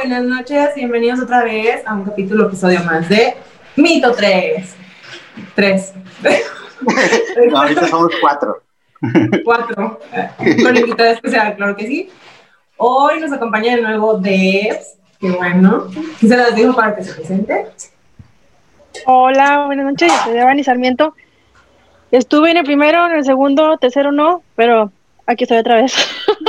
buenas noches, bienvenidos otra vez a un episodio más de Mito 3. No, ahorita somos 4. 4, con invitada especial, claro que sí. Hoy nos acompaña de nuevo Debs, que bueno, ¿qué se las digo para que se presente? Hola, buenas noches, yo soy Devani Sarmiento. Estuve en el primero, en el segundo, tercero no, pero aquí estoy otra vez.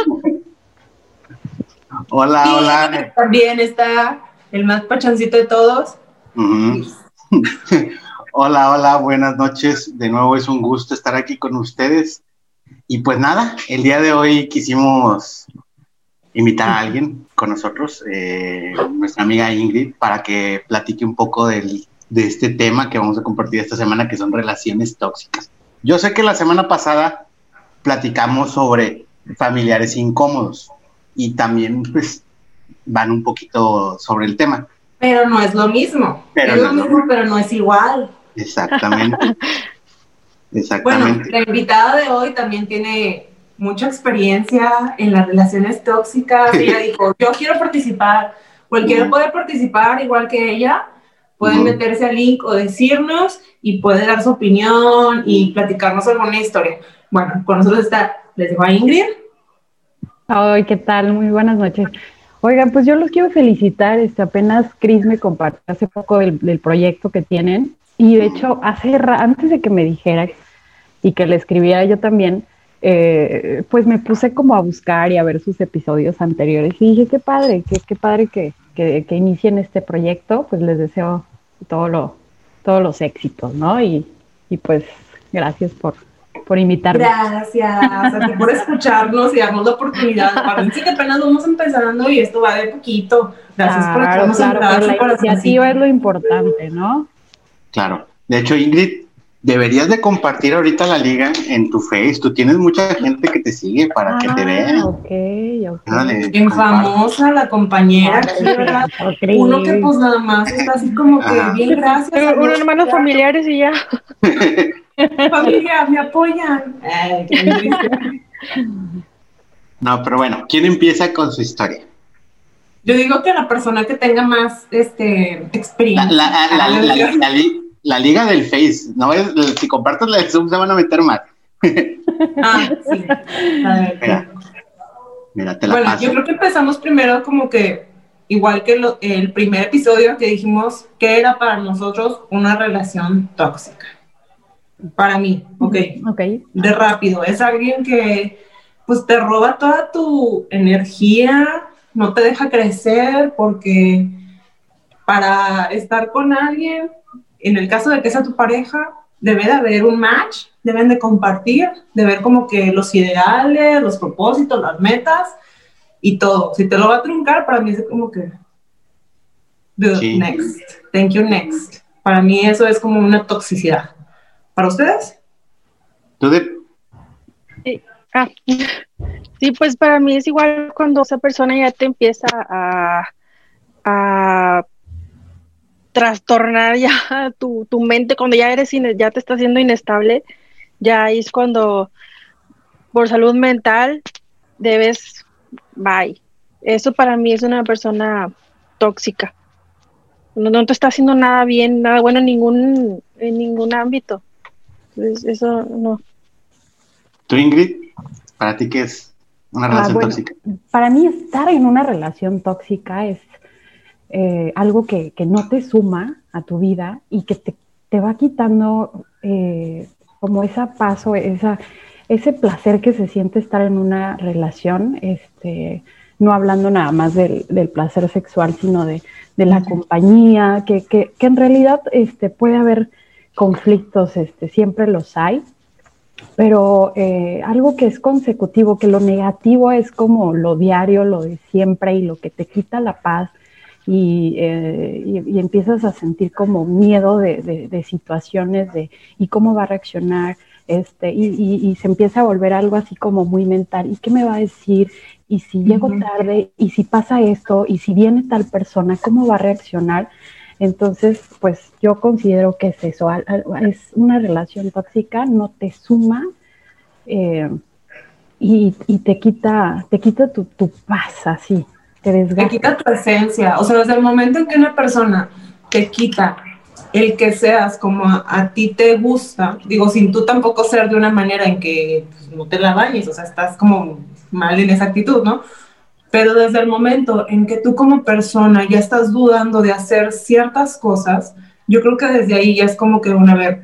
Hola. También está el más pachoncito de todos. Uh-huh. Hola, buenas noches. De nuevo es un gusto estar aquí con ustedes. Y pues nada, el día de hoy quisimos invitar a alguien con nosotros, nuestra amiga Ingrid, para que platique un poco de este tema que vamos a compartir esta semana, que son relaciones tóxicas. Yo sé que la semana pasada platicamos sobre familiares incómodos y también pues van un poquito sobre el tema. Pero no es lo mismo. Pero no es igual. Exactamente. Bueno, la invitada de hoy también tiene mucha experiencia en las relaciones tóxicas. Ella dijo, yo quiero participar. Cualquiera puede participar igual que ella. Pueden meterse al link o decirnos y puede dar su opinión y platicarnos alguna historia. Bueno, con nosotros está, les dejo a Ingrid. Ay, ¿qué tal? Muy buenas noches. Oigan, pues yo los quiero felicitar. Apenas Cris me compartió hace poco del proyecto que tienen. Y de hecho, antes de que me dijera y que le escribiera yo también, pues me puse como a buscar y a ver sus episodios anteriores. Y dije, qué padre que inicien este proyecto. Pues les deseo todos los éxitos, ¿no? Y pues gracias por invitarme. Gracias a ti por escucharnos y darnos la oportunidad. Parece que apenas vamos empezando y esto va de poquito. Gracias por echarnos claro, la iniciativa es lo importante, ¿no? Claro. De hecho, Ingrid, deberías de compartir ahorita la liga en tu Face. Tú tienes mucha gente que te sigue para que te vean. Ok. Dale, bien famosa la compañera. Uno que pues nada más está así como que bien, gracias. Unos hermanos familiares y ya. Familia, me apoyan. No, pero bueno, ¿quién empieza con su historia? Yo digo que la persona que tenga más experiencia. La liga del Face, ¿no? Si compartes la de Zoom se van a meter más. Sí. Mira, te la paso. Yo creo que empezamos primero como que, igual que el primer episodio que dijimos que era para nosotros una relación tóxica. Para mí, ok. De rápido, es alguien que pues te roba toda tu energía, no te deja crecer, porque para estar con alguien, en el caso de que sea tu pareja, debe de haber un match, deben de compartir, de ver como que los ideales, los propósitos, las metas y todo. Si te lo va a truncar, para mí es como que next, thank you, next. Para mí eso es como una toxicidad. ¿Para ustedes? Sí, pues para mí es igual cuando esa persona ya te empieza a trastornar ya tu mente, cuando ya ya te está haciendo inestable, ya es cuando por salud mental debes, bye. Eso para mí es una persona tóxica. No te está haciendo nada bien, nada bueno en ningún ámbito. Entonces, eso no. ¿Tú, Ingrid? ¿Para ti qué es una relación tóxica? Para mí estar en una relación tóxica es algo que no te suma a tu vida y que te va quitando como esa paz o ese placer que se siente estar en una relación, no hablando nada más del placer sexual, sino de la compañía, que en realidad puede haber conflictos, siempre los hay, pero algo que es consecutivo, que lo negativo es como lo diario, lo de siempre y lo que te quita la paz y empiezas a sentir como miedo de situaciones y cómo va a reaccionar, y se empieza a volver algo así como muy mental. ¿Y qué me va a decir? ¿Y si llego tarde? ¿Y si pasa esto? ¿Y si viene tal persona? ¿Cómo va a reaccionar? Entonces, pues yo considero que es eso, es una relación tóxica, no te suma y te quita tu paz así. te desgasta. Te quita tu esencia. O sea, desde el momento en que una persona te quita el que seas como a ti te gusta, digo, sin tú tampoco ser de una manera en que pues, no te la bañes, o sea, estás como mal en esa actitud, ¿no? Pero desde el momento en que tú como persona ya estás dudando de hacer ciertas cosas, yo creo que desde ahí ya es como que, una vez,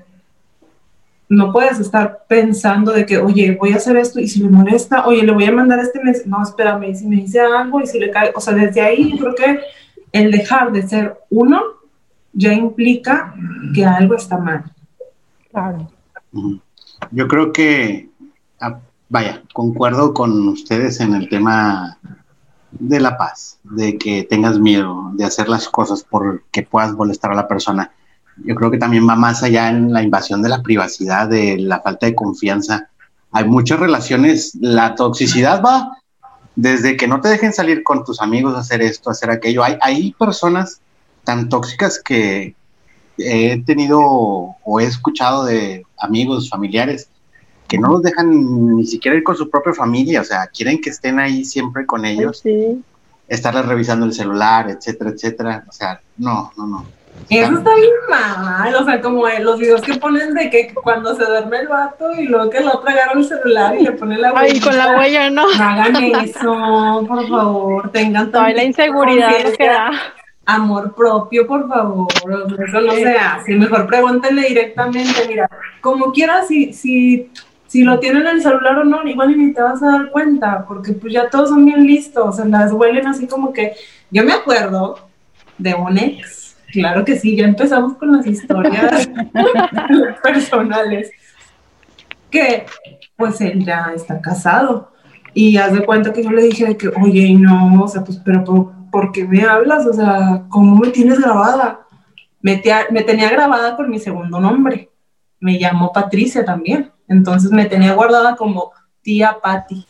no puedes estar pensando de que, oye, voy a hacer esto y si me molesta, oye, le voy a mandar este mensaje, no, espérame, si me dice algo y si le cae, o sea, desde ahí yo creo que el dejar de ser uno ya implica que algo está mal. Claro. Yo creo que, vaya, concuerdo con ustedes en el tema de la paz, de que tengas miedo de hacer las cosas porque puedas molestar a la persona. Yo creo que también va más allá en la invasión de la privacidad, de la falta de confianza. Hay muchas relaciones, la toxicidad va desde que no te dejen salir con tus amigos a hacer esto, a hacer aquello. Hay personas tan tóxicas que he tenido o he escuchado de amigos, familiares, que no los dejan ni siquiera ir con su propia familia, o sea, quieren que estén ahí siempre con ellos, sí. Estarles revisando el celular, etcétera, etcétera. O sea, no. Eso está bien mal, o sea, como los videos que ponen de que cuando se duerme el vato y luego que el otro agarra el celular y le pone la huella. Ay, con la huella, ¿no? No hagan eso, por favor, tengan toda la inseguridad lo que da. Amor propio, por favor, eso no se hace, mejor pregúntenle directamente, mira, como quieras, si lo tienen en el celular o no, igual ni te vas a dar cuenta, porque pues ya todos son bien listos, se las huelen así como que, yo me acuerdo de un ex. Claro que sí, ya empezamos con las historias personales. Que pues él ya está casado. Y haz de cuenta que yo le dije de que, oye, no, o sea, pues, pero ¿por qué me hablas? O sea, ¿cómo me tienes grabada? Me tenía grabada con mi segundo nombre. Me llamó Patricia también. Entonces me tenía guardada como tía Patti.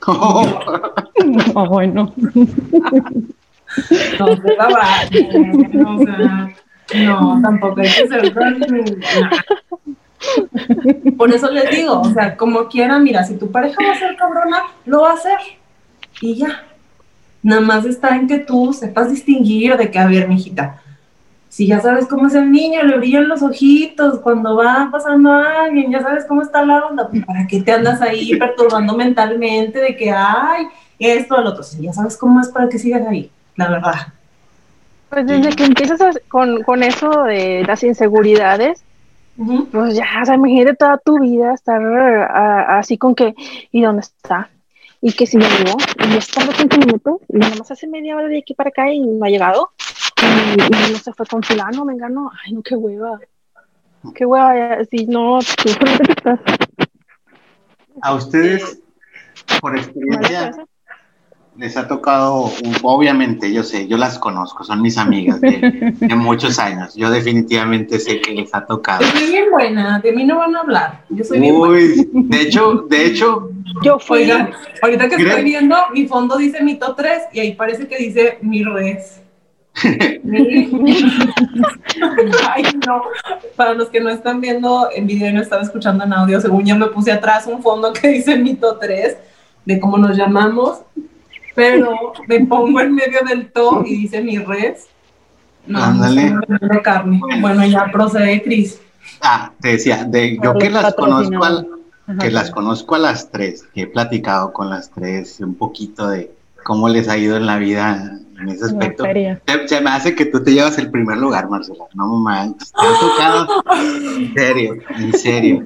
Oh, bueno. No se la bañen, o sea, no, tampoco hay que ser tan... Por eso les digo, o sea, como quiera, mira, si tu pareja va a ser cabrona, lo va a hacer, y ya. Nada más está en que tú sepas distinguir de que, a ver, mijita, si ya sabes cómo es el niño, le brillan los ojitos, cuando va pasando a alguien, ya sabes cómo está la onda, pues ¿para qué te andas ahí perturbando mentalmente de que, ay, esto, al otro? Si ya sabes cómo es, ¿para qué sigas ahí? La verdad. Pues desde que empiezas con eso de las inseguridades, pues ya, o sea, imagínate toda tu vida estar así con que, ¿y dónde está? Y que si me llegó, y ya está 20 minutos, y nada más hace media hora de aquí para acá y no ha llegado, y no se fue con fulano, me enganó, ay no, qué hueva, si no, tú estás. A ustedes, por experiencia, les ha tocado, obviamente, yo sé, yo las conozco, son mis amigas de muchos años. Yo definitivamente sé que les ha tocado. Yo soy bien buena, de mí no van a hablar. Yo soy bien buena. De hecho, yo fui. Oigan, ahorita que estoy viendo, mi fondo dice mi top 3 y ahí parece que dice mi res. Ay, no. Para los que no están viendo en video y no están escuchando en audio, según ya me puse atrás un fondo que dice mi top 3 de cómo nos llamamos. Pero me pongo en medio del to y dice mi res. No, ándale. No carne. Bueno, ya procede, Cris. Te decía, yo que las conozco a las tres, que he platicado con las tres un poquito de cómo les ha ido en la vida en ese aspecto. Se me hace que tú te llevas el primer lugar, Marcela. No manches, te ha tocado. En serio.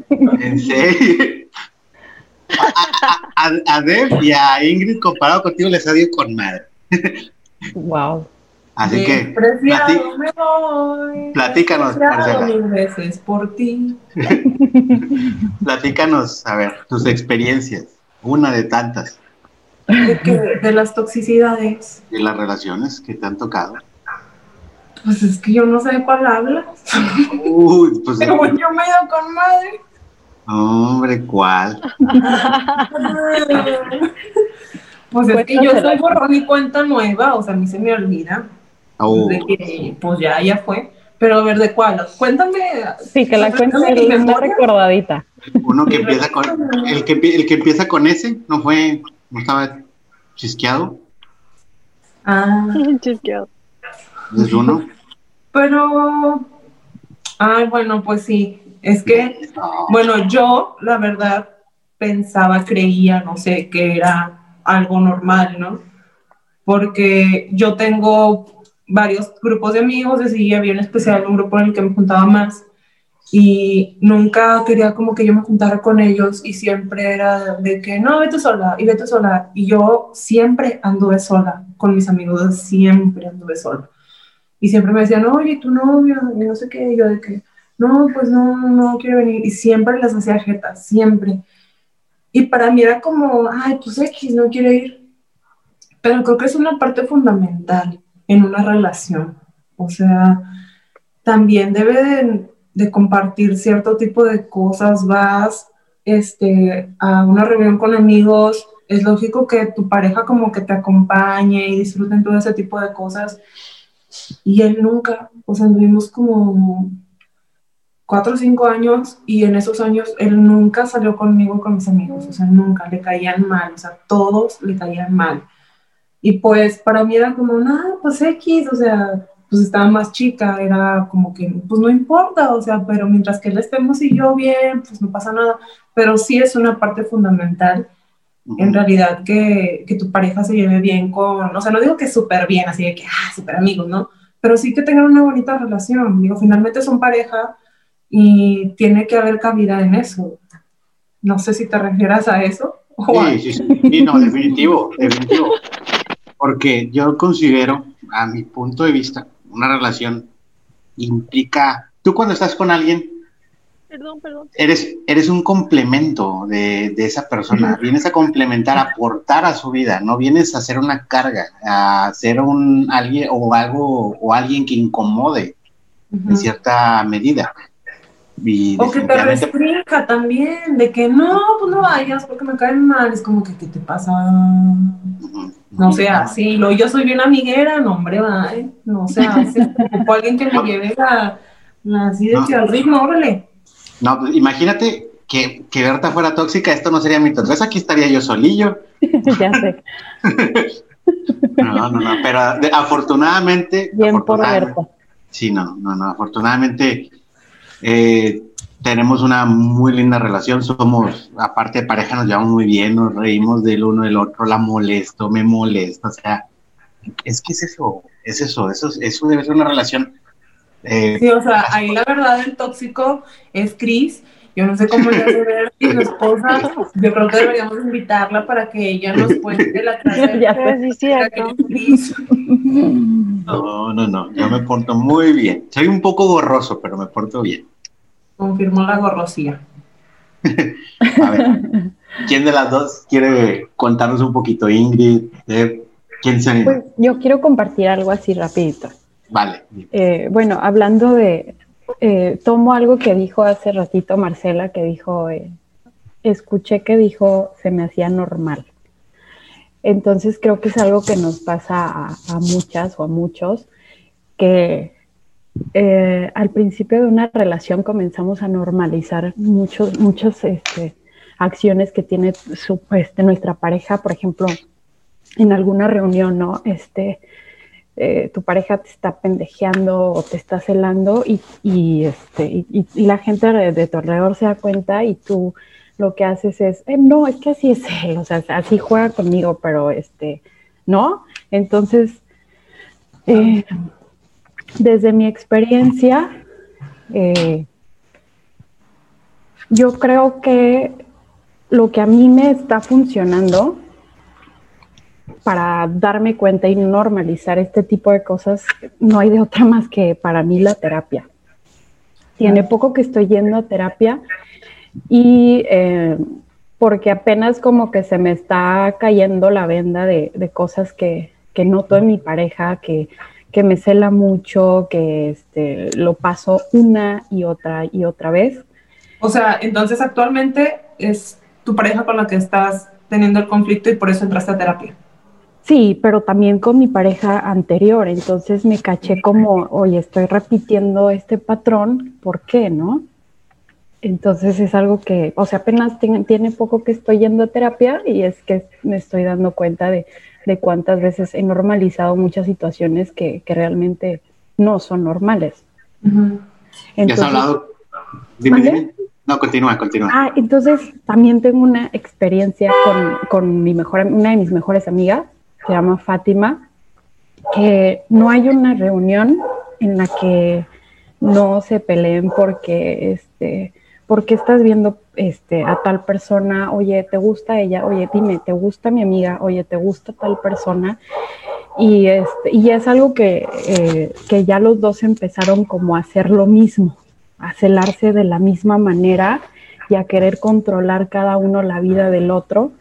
A Deb y a Ingrid, comparado contigo, les ha ido con madre. Wow. Así que platícanos, Marcela. Mil veces por ti. Platícanos, a ver, tus experiencias, una de tantas. De las toxicidades. De las relaciones que te han tocado. Pues es que yo no sé de cuál hablas. Pues pero bueno, yo me he ido con madre. Hombre, ¿cuál? Pues es que yo soy borrón y cuenta nueva, o sea, a mí se me olvida. De que, pues ya fue. Pero a ver, ¿de cuál? Cuéntame. Sí, que la cuente una recordadita. Uno que empieza con... El que empieza con ese, ¿no estaba chisqueado? Ah, Chisqueado. ¿Es uno? pero, ay, bueno, pues sí, es que, bueno, yo, la verdad, pensaba, creía, no sé, que era algo normal, ¿no? Porque yo tengo varios grupos de amigos, así había en especial un grupo en el que me juntaba más y nunca quería como que yo me juntara con ellos y siempre era de que no, vete sola y vete sola y yo siempre anduve sola con mis amigos, siempre anduve sola y siempre me decían, oye, tu novio, y no sé qué, y yo de que no, pues no, no quiere venir y siempre les hacía jeta, siempre. Y para mí era como, ay, pues X, no quiere ir. Pero creo que es una parte fundamental en una relación. O sea, también debe de compartir cierto tipo de cosas. Vas a una reunión con amigos, es lógico que tu pareja como que te acompañe y disfruten todo ese tipo de cosas. Y él nunca, o sea, anduvimos como 4 o 5 años y en esos años él nunca salió conmigo con mis amigos, o sea, nunca, le caían mal, o sea, todos le caían mal. Y pues para mí era como, no, pues X, o sea, pues estaba más chica, era como que, pues no importa, o sea, pero mientras que él estemos y yo bien, pues no pasa nada. Pero sí es una parte fundamental, en realidad, que tu pareja se lleve bien con, o sea, no digo que súper bien, así de que, súper amigos, ¿no? Pero sí que tengan una bonita relación. Digo, finalmente son pareja y tiene que haber cabida en eso. No sé si te refieras a eso o a... Sí, sí, sí, sí, no, definitivo, definitivo. Porque yo considero, a mi punto de vista, una relación implica, tú cuando estás con alguien, Perdón. eres un complemento de esa persona, vienes a complementar, a aportar a su vida, no vienes a ser una carga, a ser un alguien o algo o alguien que incomode en cierta medida. Y O que te definitivamente, restrinja también, de que no, pues no vayas porque me caen mal. Es como que, ¿qué te pasa? No sea no, así. Lo, yo soy bien amiguera, no, hombre, va, ¿eh? No sea así. Ocupo a alguien que me lleve así de que no, al ritmo, órale. no, pues imagínate que Berta fuera tóxica, esto no sería mi tóxica, aquí estaría yo solillo. Ya sé. No, pero afortunadamente, Bien por Berta. sí, no, afortunadamente tenemos una muy linda relación, somos, aparte de pareja, nos llevamos muy bien, nos reímos del uno del otro, la molesto, me molesta, o sea, es que eso debe ser una relación. Sí, o sea, ahí la verdad el tóxico es Cris. Yo no sé cómo le hace ver y su esposa. Yo creo que deberíamos invitarla para que ella nos cuente la clase de Ya sé, sí, cierto. Cris. No, yo me porto muy bien, soy un poco gorroso, pero me porto bien. Confirmó la gorrosía. A ver, ¿quién de las dos quiere contarnos un poquito? Ingrid, ¿quién se anima? Pues yo quiero compartir algo así rapidito. Vale. Bueno, hablando de, tomo algo que dijo hace ratito Marcela, que dijo, escuché que dijo, se me hacía normal. Entonces creo que es algo que nos pasa a muchas o a muchos, que al principio de una relación comenzamos a normalizar muchas acciones que tiene nuestra pareja, por ejemplo, en alguna reunión, ¿no? Tu pareja te está pendejeando o te está celando y la gente de tu alrededor se da cuenta y tú lo que haces es, no, es que así es él, o sea, así juega conmigo, pero ¿no? Entonces, desde mi experiencia, yo creo que lo que a mí me está funcionando para darme cuenta y normalizar este tipo de cosas, no hay de otra más que para mí la terapia. Tiene poco que estoy yendo a terapia y porque apenas como que se me está cayendo la venda de cosas que noto en mi pareja, que me cela mucho, que lo paso una y otra vez. O sea, entonces actualmente es tu pareja con la que estás teniendo el conflicto y por eso entraste a terapia. Sí, pero también con mi pareja anterior, entonces me caché como, oye, estoy repitiendo este patrón, ¿por qué, no? Entonces es algo que, o sea, apenas tiene poco que estoy yendo a terapia y es que me estoy dando cuenta de cuántas veces he normalizado muchas situaciones que realmente no son normales. Uh-huh. Entonces, ¿ya has hablado? Dime. No, continúa. Entonces también tengo una experiencia con una de mis mejores amigas, se llama Fátima, que no hay una reunión en la que no se peleen porque estás viendo a tal persona, oye, ¿te gusta ella? Oye, dime, ¿te gusta mi amiga? Oye, ¿te gusta tal persona? Y es algo que ya los dos empezaron como a hacer lo mismo, a celarse de la misma manera y a querer controlar cada uno la vida del otro.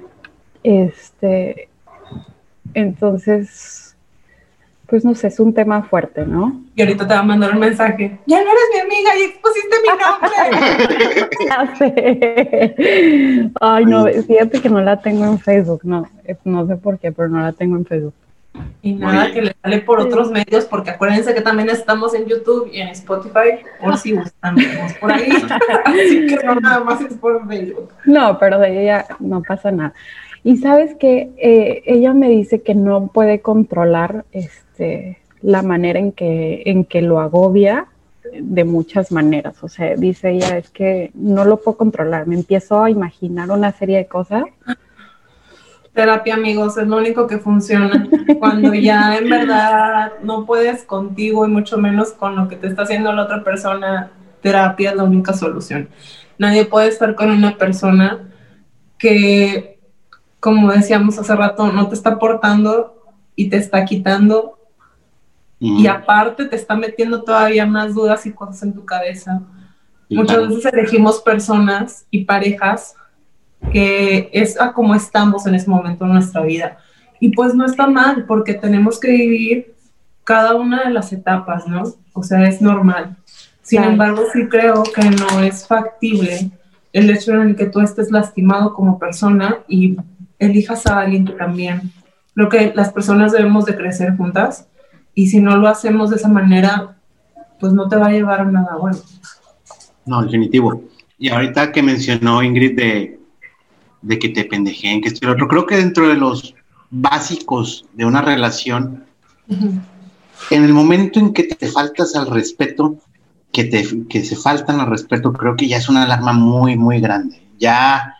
Entonces, pues no sé, es un tema fuerte, ¿no? Y ahorita te va a mandar un mensaje. Ya no eres mi amiga, ya expusiste mi nombre. Ya sé. Ay, no, fíjate que no la tengo en Facebook, no sé por qué, pero no la tengo en Facebook. Y nada, que le sale por otros medios, porque acuérdense que también estamos en YouTube y en Spotify, por si gustan, estamos por ahí. Así que no nada más es por Facebook. No, pero de ella no pasa nada. Y sabes que ella me dice que no puede controlar la manera en que lo agobia de muchas maneras. O sea, dice ella, es que no lo puedo controlar. Me empiezo a imaginar una serie de cosas. Terapia, amigos, es lo único que funciona. Cuando ya en verdad no puedes contigo y mucho menos con lo que te está haciendo la otra persona, terapia es la única solución. Nadie puede estar con una persona que, como decíamos hace rato, no te está aportando y te está quitando. Y aparte te está metiendo todavía más dudas y cosas en tu cabeza. Muchas veces elegimos personas y parejas que es a como estamos en ese momento en nuestra vida. Y pues no está mal, porque tenemos que vivir cada una de las etapas, ¿no? O sea, es normal. Sin embargo, sí creo que no es factible el hecho en el que tú estés lastimado como persona y elijas a alguien que también. Creo que las personas debemos de crecer juntas, y si no lo hacemos de esa manera, pues no te va a llevar a nada bueno. No, definitivo. Y ahorita que mencionó Ingrid de que te pendejeen, que esto y lo otro, creo que dentro de los básicos de una relación, en el momento en que te faltas al respeto, que se faltan al respeto, creo que ya es una alarma muy, muy grande. Ya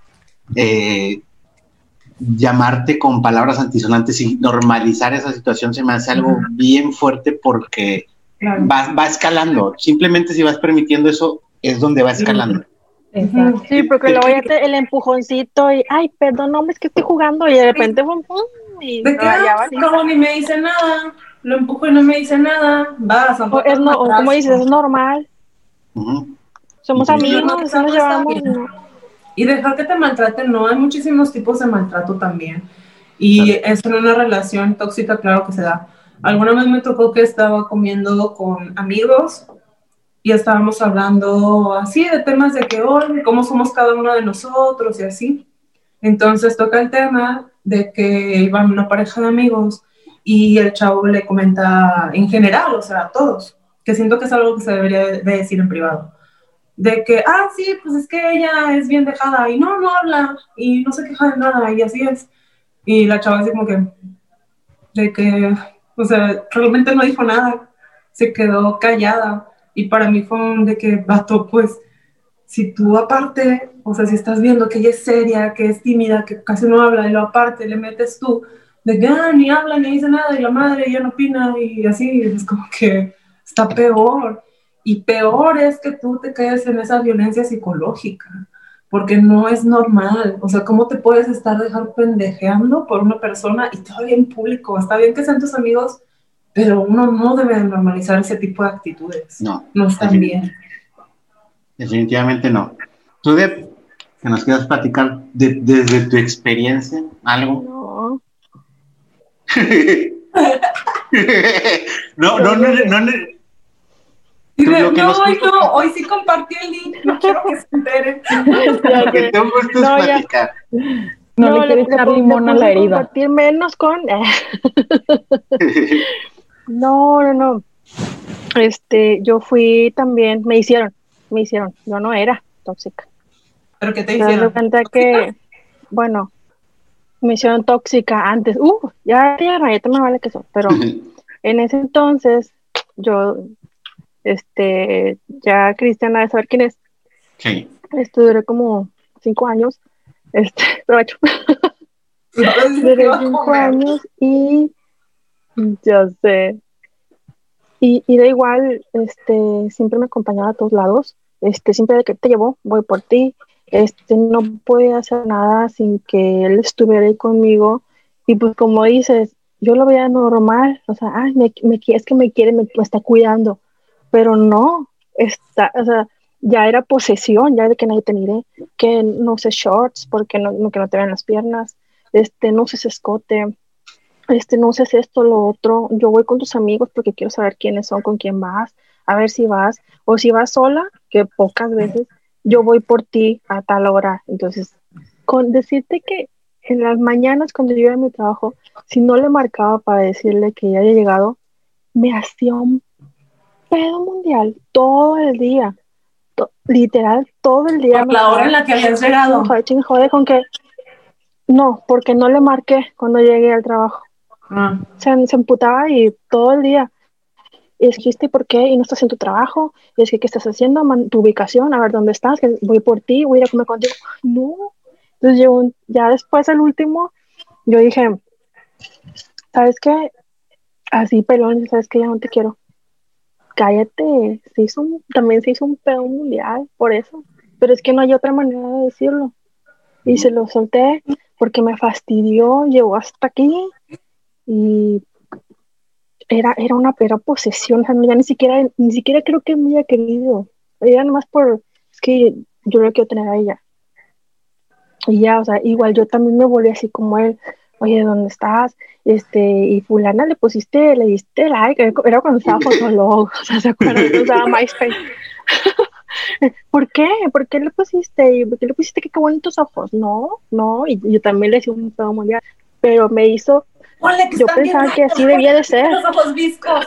llamarte con palabras antisonantes y normalizar esa situación se me hace algo bien fuerte, porque va escalando. Simplemente si vas permitiendo eso, es donde va escalando. Exacto. Sí, porque luego ya el empujoncito y, ay, perdón, no, es que estoy jugando, y de repente y ¿de qué? Como ni me dice nada, lo empujo y no me dice nada, vas a o como dices, es normal. Somos amigos, eso nos llevamos. Y dejar que te maltraten, no, hay muchísimos tipos de maltrato también, y eso en una relación tóxica, claro que se da. Alguna vez me tocó que estaba comiendo con amigos y estábamos hablando así de temas de que hoy, cómo somos cada uno de nosotros y así. Entonces toca el tema de que iban una pareja de amigos y el chavo le comenta en general, o sea, a todos, que siento que es algo que se debería de decir en privado, de que, sí, pues es que ella es bien dejada y no habla y no se queja de nada y así es. Y la chava así como que, de que, o sea, realmente no dijo nada, se quedó callada. Y para mí fue de que, vato, pues, si tú aparte, o sea, si estás viendo que ella es seria, que es tímida, que casi no habla, y lo aparte le metes tú, de que, ni habla, ni dice nada, y la madre ya no opina, y así, es como que está peor. Y peor es que tú te quedes en esa violencia psicológica, porque no es normal. O sea, ¿cómo te puedes estar dejando pendejeando por una persona y todavía en público? Está bien que sean tus amigos, pero uno no debe normalizar ese tipo de actitudes. No están bien. Definitivamente no. ¿Tú, Deb, que nos quieras platicar desde tu experiencia algo? No. No, hoy sí compartí el link, no quiero que se enteren. Lo que te gusta es platicar. No le quieres echar limón a la herida. Compartir menos con... No. Yo fui también, me hicieron me hicieron, yo no era tóxica. ¿Pero qué te hicieron? De cuenta que, bueno, me hicieron tóxica antes, ya me vale que eso, pero en ese entonces, yo, ya Cristian ha de saber quién es. Sí. Duré como 5 años, provecho. Duré 5 años y ya sé. Y da igual, siempre me acompañaba a todos lados, siempre de que te llevo, voy por ti, no podía hacer nada sin que él estuviera ahí conmigo, y pues como dices, yo lo veía normal, o sea, es que me quiere, me está cuidando, pero no, o sea, ya era posesión, ya de que nadie te mire, que no uses shorts, porque que no te vean las piernas, no uses escote, no uses esto, lo otro, yo voy con tus amigos porque quiero saber quiénes son, con quién vas, a ver si vas, o si vas sola, que pocas veces, yo voy por ti a tal hora. Entonces, con decirte que en las mañanas cuando yo iba a mi trabajo, si no le marcaba para decirle que ya había llegado, me hacía un pedo mundial todo el día, literal, todo el día. Por la hora en la que habías llegado. Jode con que, no, porque no le marqué cuando llegué al trabajo. Se emputaba y todo el día. Y es que, ¿por qué? Y no estás en tu trabajo. Y es que, ¿qué estás haciendo? Tu ubicación, a ver dónde estás. Que voy por ti, voy a ir a comer contigo. No. Entonces, ya después, el último, yo dije, ¿sabes qué? Así, pelón, ¿sabes qué? Ya no te quiero. Cállate. También se hizo un pedo mundial por eso. Pero es que no hay otra manera de decirlo. Y se lo solté porque me fastidió. Llegó hasta aquí. Y era una posesión, o sea, ya ni siquiera creo que me haya querido, era nomás es que yo lo quiero tener a ella, y ya, o sea, igual yo también me volví así como él, oye, ¿dónde estás? Y fulana le diste like, era cuando estaba Fotolog, o sea, ¿se acuerdan? Usaba MySpace. ¿Por qué? ¿Por qué le pusiste? ¿Y por qué le pusiste que qué bonitos ojos? No, y yo también le hice un pedo mundial, pero me hizo. Yo pensaba que así debía de ser. Los ojos viscos.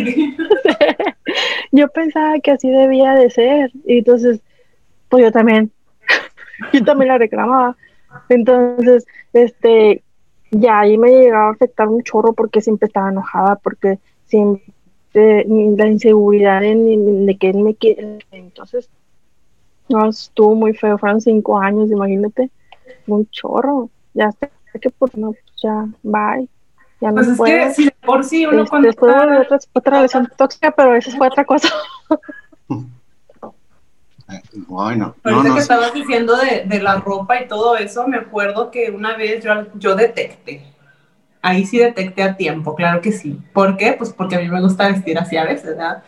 Yo pensaba que así debía de ser. Y entonces, pues yo también la reclamaba. Entonces, ya ahí me llegaba a afectar un chorro porque siempre estaba enojada, porque siempre la inseguridad de que él me quiere. Entonces, no, estuvo muy feo. Fueron 5 años, imagínate. Un chorro. Ya sé que pues no, ya, bye. Ya no pues puedo. Es que si de por sí uno cuando después volvió otra relación tóxica, pero esa fue otra cosa. Bueno, ahorita que estabas diciendo de la ropa y todo eso, me acuerdo que una vez yo detecté. Ahí sí detecté a tiempo, claro que sí. ¿Por qué? Pues porque a mí me gusta vestir así a veces, ¿verdad?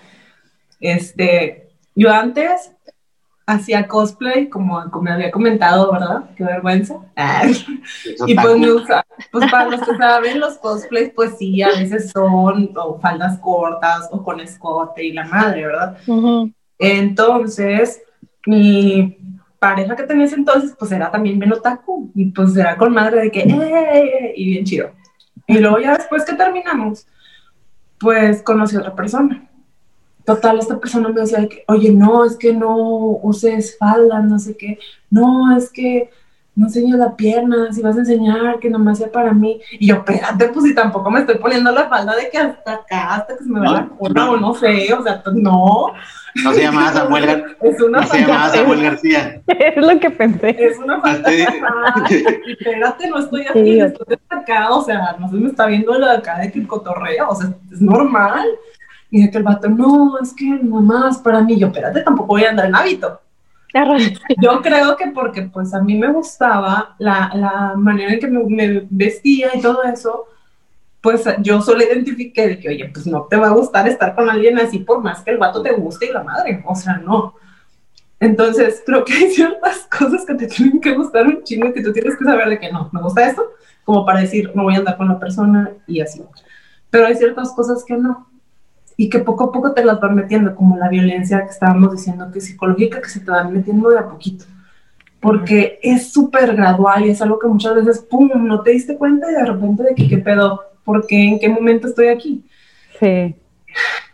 Yo antes hacía cosplay, como me había comentado, ¿verdad? Qué vergüenza. Y pues me usaba, pues para los que saben, los cosplays, pues sí, a veces son o faldas cortas o con escote y la madre, ¿verdad? Uh-huh. Entonces, mi pareja que tenía ese entonces, pues era también bien otaku, y pues era con madre de que, y bien chido. Y luego ya después que terminamos, pues conocí a otra persona. Total, esta persona me decía que, oye, no, es que no uses falda, no sé qué, no, es que no enseñes la pierna, si vas a enseñar, que nomás sea para mí. Y yo, espérate, pues si tampoco me estoy poniendo la falda de que hasta acá, hasta que se me vea la cola, o no sé, o sea, pues no. No se llamaba Samuel García. Es lo que pensé. Es una falda. Espérate, no estoy aquí, sí, estoy acá, o sea, no se me está viendo la de acá de que el cotorreo, o sea, es normal. Y de que el vato, no, es que nomás para mí, yo, espérate, tampoco voy a andar en hábito. Yo creo que porque pues a mí me gustaba la manera en que me vestía y todo eso, pues yo solo identifiqué de que, oye, pues no te va a gustar estar con alguien así por más que el vato te guste y la madre, o sea, no. Entonces, creo que hay ciertas cosas que te tienen que gustar un chingo y que tú tienes que saber de que no, me gusta esto, como para decir, no voy a andar con la persona y así. Pero hay ciertas cosas que no. Y que poco a poco te las van metiendo, como la violencia que estábamos diciendo, que es psicológica, que se te van metiendo de a poquito. Porque es súper gradual y es algo que muchas veces, pum, no te diste cuenta y de repente de que, ¿qué pedo? ¿Por qué? ¿En qué momento estoy aquí? Sí.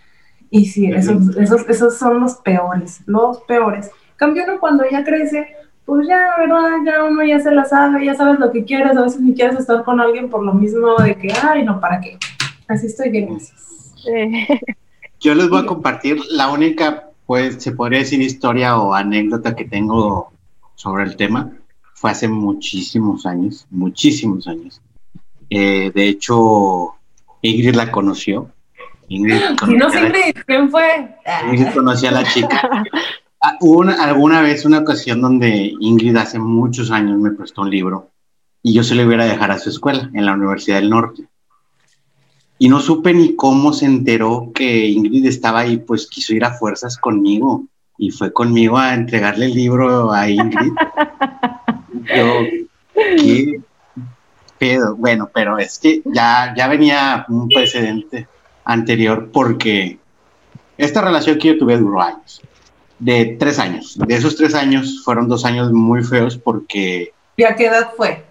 Y sí, esos son los peores, los peores. Cambio uno cuando ya crece, pues ya, ¿verdad? Ya uno ya se la sabe, ya sabes lo que quieres, a veces ni quieres estar con alguien por lo mismo de que, ay, no, ¿para qué? Así estoy bien, gracias. Yo les voy a compartir la única, pues, se podría decir historia o anécdota que tengo sobre el tema. Fue hace muchísimos años, muchísimos años. De hecho, Ingrid la conoció. Ingrid ¿quién fue? Ingrid conocía a la chica. Hubo alguna vez una ocasión donde Ingrid hace muchos años me prestó un libro y yo se lo iba a dejar a su escuela, en la Universidad del Norte. Y no supe ni cómo se enteró que Ingrid estaba ahí, pues quiso ir a fuerzas conmigo y fue conmigo a entregarle el libro a Ingrid. Yo, ¿qué pedo? Bueno, pero es que ya venía un precedente anterior porque esta relación que yo tuve duró años, de 3 años. De esos 3 años fueron 2 años muy feos porque... ¿Y a qué edad fue?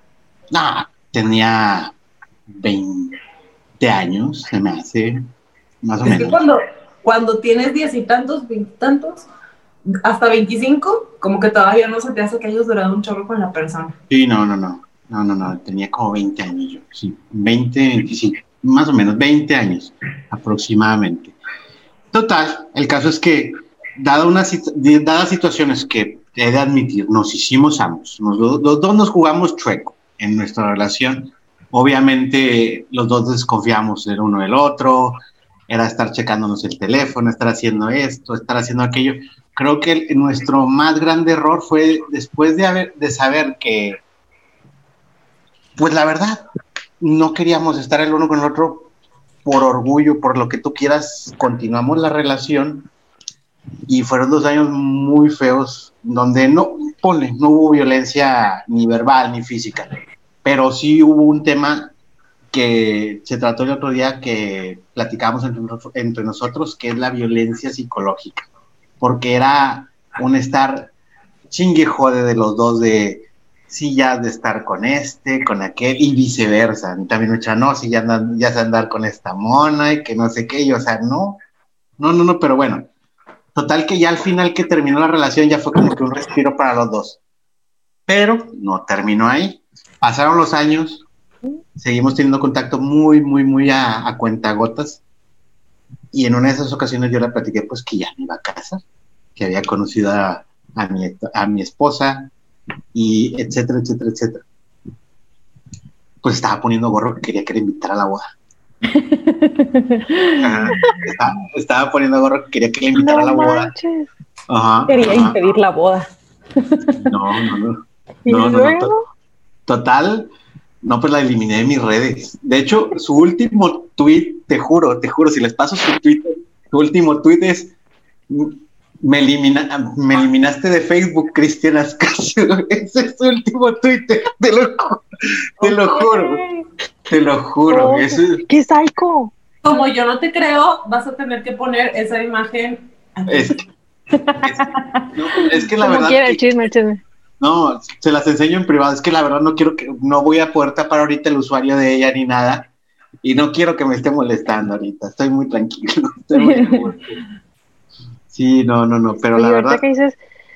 Tenía 20 años, se me hace, más o menos. Que cuando tienes 10 y tantos, 20 y tantos, hasta 25, como que todavía no se te hace que hayas durado un chorro con la persona. Sí, no, tenía como 20 años yo, sí, 20, 25, más o menos 20 años aproximadamente. Total, el caso es que, dadas situaciones que he de admitir, nos hicimos ambos, los dos nos jugamos chueco en nuestra relación. Obviamente los dos desconfiamos el uno del otro, era estar checándonos el teléfono, estar haciendo esto, estar haciendo aquello. Creo que nuestro más grande error fue después de saber que, pues la verdad, no queríamos estar el uno con el otro por orgullo, por lo que tú quieras, continuamos la relación y fueron 2 años muy feos donde no hubo violencia ni verbal ni física. Pero sí hubo un tema que se trató el otro día que platicamos entre nosotros, que es la violencia psicológica, porque era un estar chingue jode de los dos, de sí ya de estar con con aquel, y viceversa. Y también me echan, no, si ya sé andar con esta mona y que no sé qué, y o sea, no, pero bueno, total que ya al final que terminó la relación ya fue como que un respiro para los dos, pero no terminó ahí. Pasaron los años, seguimos teniendo contacto muy, muy, muy a cuentagotas, y en una de esas ocasiones yo le platiqué pues que ya me iba a casar, que había conocido a mi esposa, y etcétera, etcétera, etcétera. Pues estaba poniendo gorro que quería que le invitara a la boda. Estaba poniendo gorro que quería que le invitara a la boda. Quería impedir la boda. No. Total, no, pues la eliminé de mis redes. De hecho, su último tweet, te juro, si les paso su Twitter, su último tweet es: me eliminaste de Facebook, Cristian Ascasio. Ese es su último Twitter, te lo juro. Oh, ¡qué psycho! Como yo no te creo, vas a tener que poner esa imagen aquí. Es que la verdad. Quiere, chisme. No, se las enseño en privado. Es que la verdad no voy a poder tapar ahorita el usuario de ella ni nada. Y no quiero que me esté molestando ahorita. Estoy muy tranquilo. Estoy muy seguro. Sí, no, pero y la verdad. Ahorita que dices.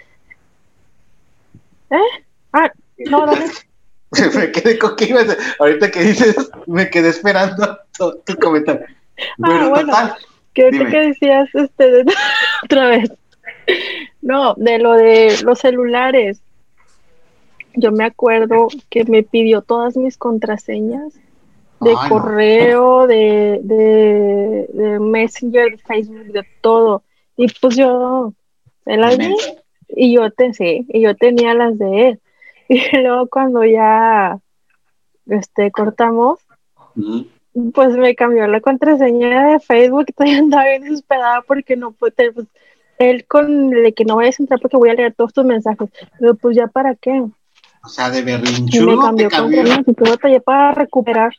No, dale. Me quedé con que ibas. Ahorita que dices, me quedé esperando tu comentario. Bueno, total. Que ahorita que decías, otra vez. No, de lo de los celulares. Yo me acuerdo que me pidió todas mis contraseñas de correo, de Messenger, de Facebook, de todo. Y pues yo se las di y yo tenía las de él. Y luego cuando ya cortamos, pues me cambió la contraseña de Facebook y todavía andaba bien desesperada porque no puede, pues, él con el que no vayas a entrar porque voy a leer todos tus mensajes. Pero pues ya para qué. O sea, de berrinchudo te cambió. Y todo batallé para recuperar.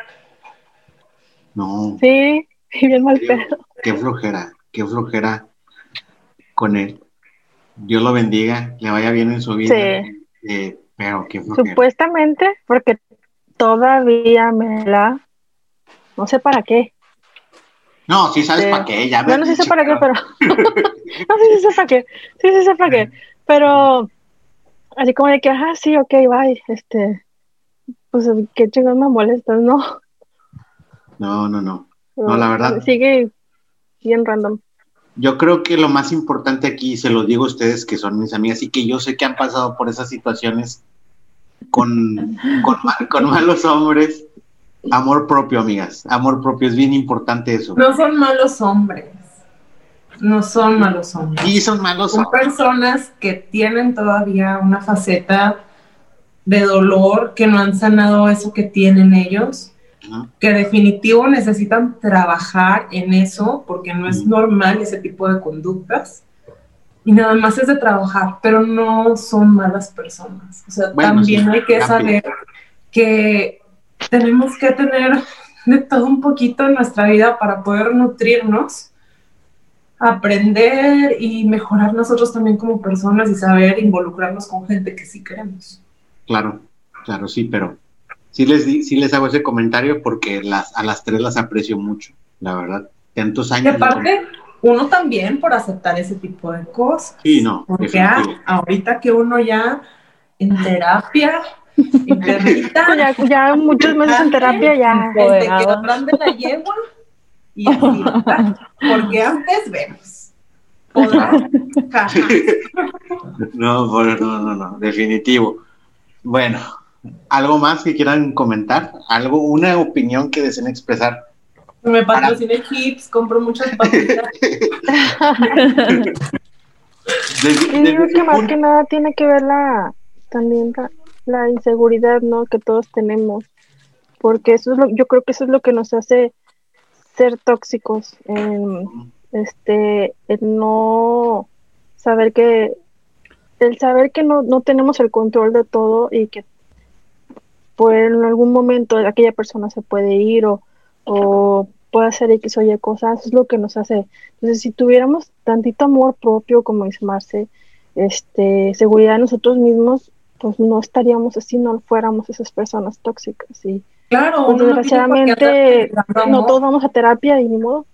No. Sí, bien mal pedo. Qué flojera con él. Dios lo bendiga, le vaya bien en su vida. Sí. Pero qué flojera. Supuestamente, porque todavía no sé para qué. No, sí sabes para qué, ya me Bueno, sí sé para qué, pero... no, sí sé para qué. Sí sé para qué. Pero, así como de que, sí, ok, bye. Pues, qué chingón me molestas, ¿no? No. No, la verdad. Sigue bien random. Yo creo que lo más importante aquí, se lo digo a ustedes que son mis amigas y que yo sé que han pasado por esas situaciones con malos hombres. Amor propio, amigas. Amor propio, es bien importante eso. No son malos hombres. No son malos hombres. Sí, son malos Son hombres. personas que tienen todavía una faceta de dolor, que no han sanado eso que tienen ellos, que definitivo necesitan trabajar en eso, porque no es normal ese tipo de conductas. Y nada más es de trabajar, pero no son malas personas. O sea, bueno, también sí, hay que saber que tenemos que tener de todo un poquito en nuestra vida para poder nutrirnos, aprender y mejorar nosotros también como personas y saber involucrarnos con gente que sí queremos. Claro, sí, pero sí les hago ese comentario porque a las tres las aprecio mucho, la verdad. Tantos años. Y aparte, uno también por aceptar ese tipo de cosas. Sí, no. Porque ahorita que uno ya en terapia, ya muchos meses en terapia, ya. El te quedó grande la yegua y así, ¿verdad? Porque antes vemos. No, definitivo. Bueno, ¿algo más que quieran comentar? ¿Una opinión que deseen expresar? Me patrociné chips, compro muchas papitas. Creo que más que nada tiene que ver también la inseguridad, ¿no? Que todos tenemos, porque yo creo que eso es lo que nos hace ser tóxicos, el no saber saber que no tenemos el control de todo y que en algún momento aquella persona se puede ir o puede hacer X o Y cosas, eso es lo que nos hace. Entonces, si tuviéramos tantito amor propio, como dice Marce, seguridad en nosotros mismos, pues no estaríamos así, no fuéramos esas personas tóxicas. Y claro, pues, desgraciadamente no todos vamos a terapia y ni modo.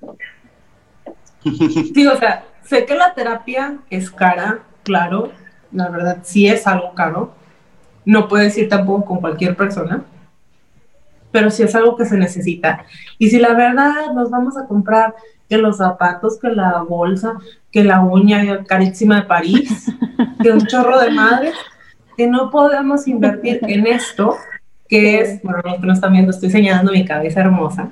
Sí, o sea, sé que la terapia es cara, claro, la verdad sí es algo caro, no puedes ir tampoco con cualquier persona, pero sí es algo que se necesita. Y si la verdad nos vamos a comprar que los zapatos, que la bolsa, que la uña carísima de París, que un chorro de madres, que no podemos invertir en esto, que es, bueno, los que no están viendo, estoy señalando mi cabeza hermosa,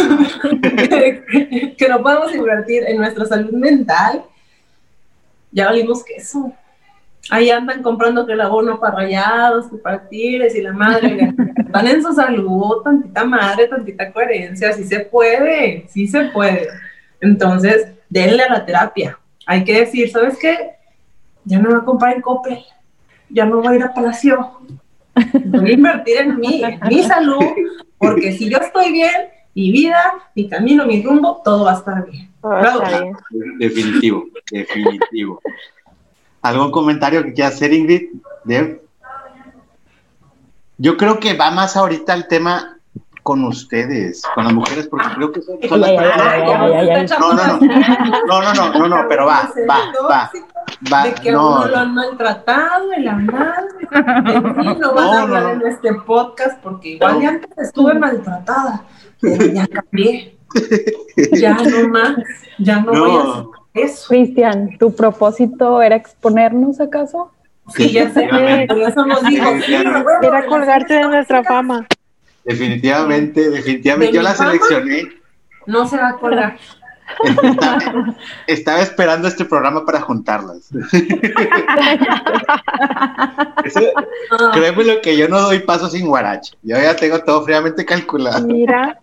que no podemos invertir en nuestra salud mental, ya valimos queso. Ahí andan comprando que el abono para Rayados, que para Tigres y la madre, están en su salud, tantita madre, tantita coherencia, sí se puede. Entonces, denle a la terapia. Hay que decir, ¿sabes qué? Ya no voy a comprar en Coppel, ya no voy a ir a Palacio, voy a invertir en mi salud, porque si yo estoy bien, mi vida, mi camino, mi rumbo, todo va a estar bien. Definitivo. ¿Algún comentario que quiera hacer, Ingrid? ¿Dev? Yo creo que va más ahorita el tema con ustedes, con las mujeres, porque creo que son las No, pero va. De que a uno lo han maltratado en la madre. No van a hablar en este podcast, porque igual ya antes estuve maltratada, pero ya cambié. Ya no más, ya no voy a hacer eso. Cristian, ¿tu propósito era exponernos acaso? Sí, ya sé, por eso nos dijo, era colgarte de nuestra fama. Definitivamente, yo la seleccioné. No se va a colgar. Estaba esperando este programa para juntarlas. Créeme lo que yo no doy paso sin guarache. Yo ya tengo todo fríamente calculado. Mira.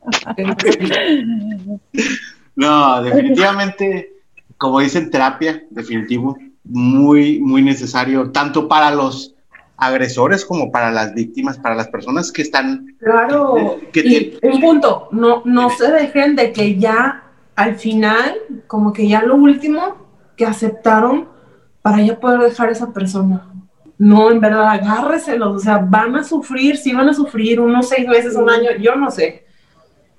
No, definitivamente, como dicen, terapia, definitivo, muy, muy necesario, tanto para los agresores como para las víctimas, para las personas que están... Claro, y un punto, no se dejen de que ya al final, como que ya lo último que aceptaron para ya poder dejar a esa persona. No, en verdad, agárreselos, o sea, van a sufrir, sí van a sufrir unos 6 meses, un año, yo no sé.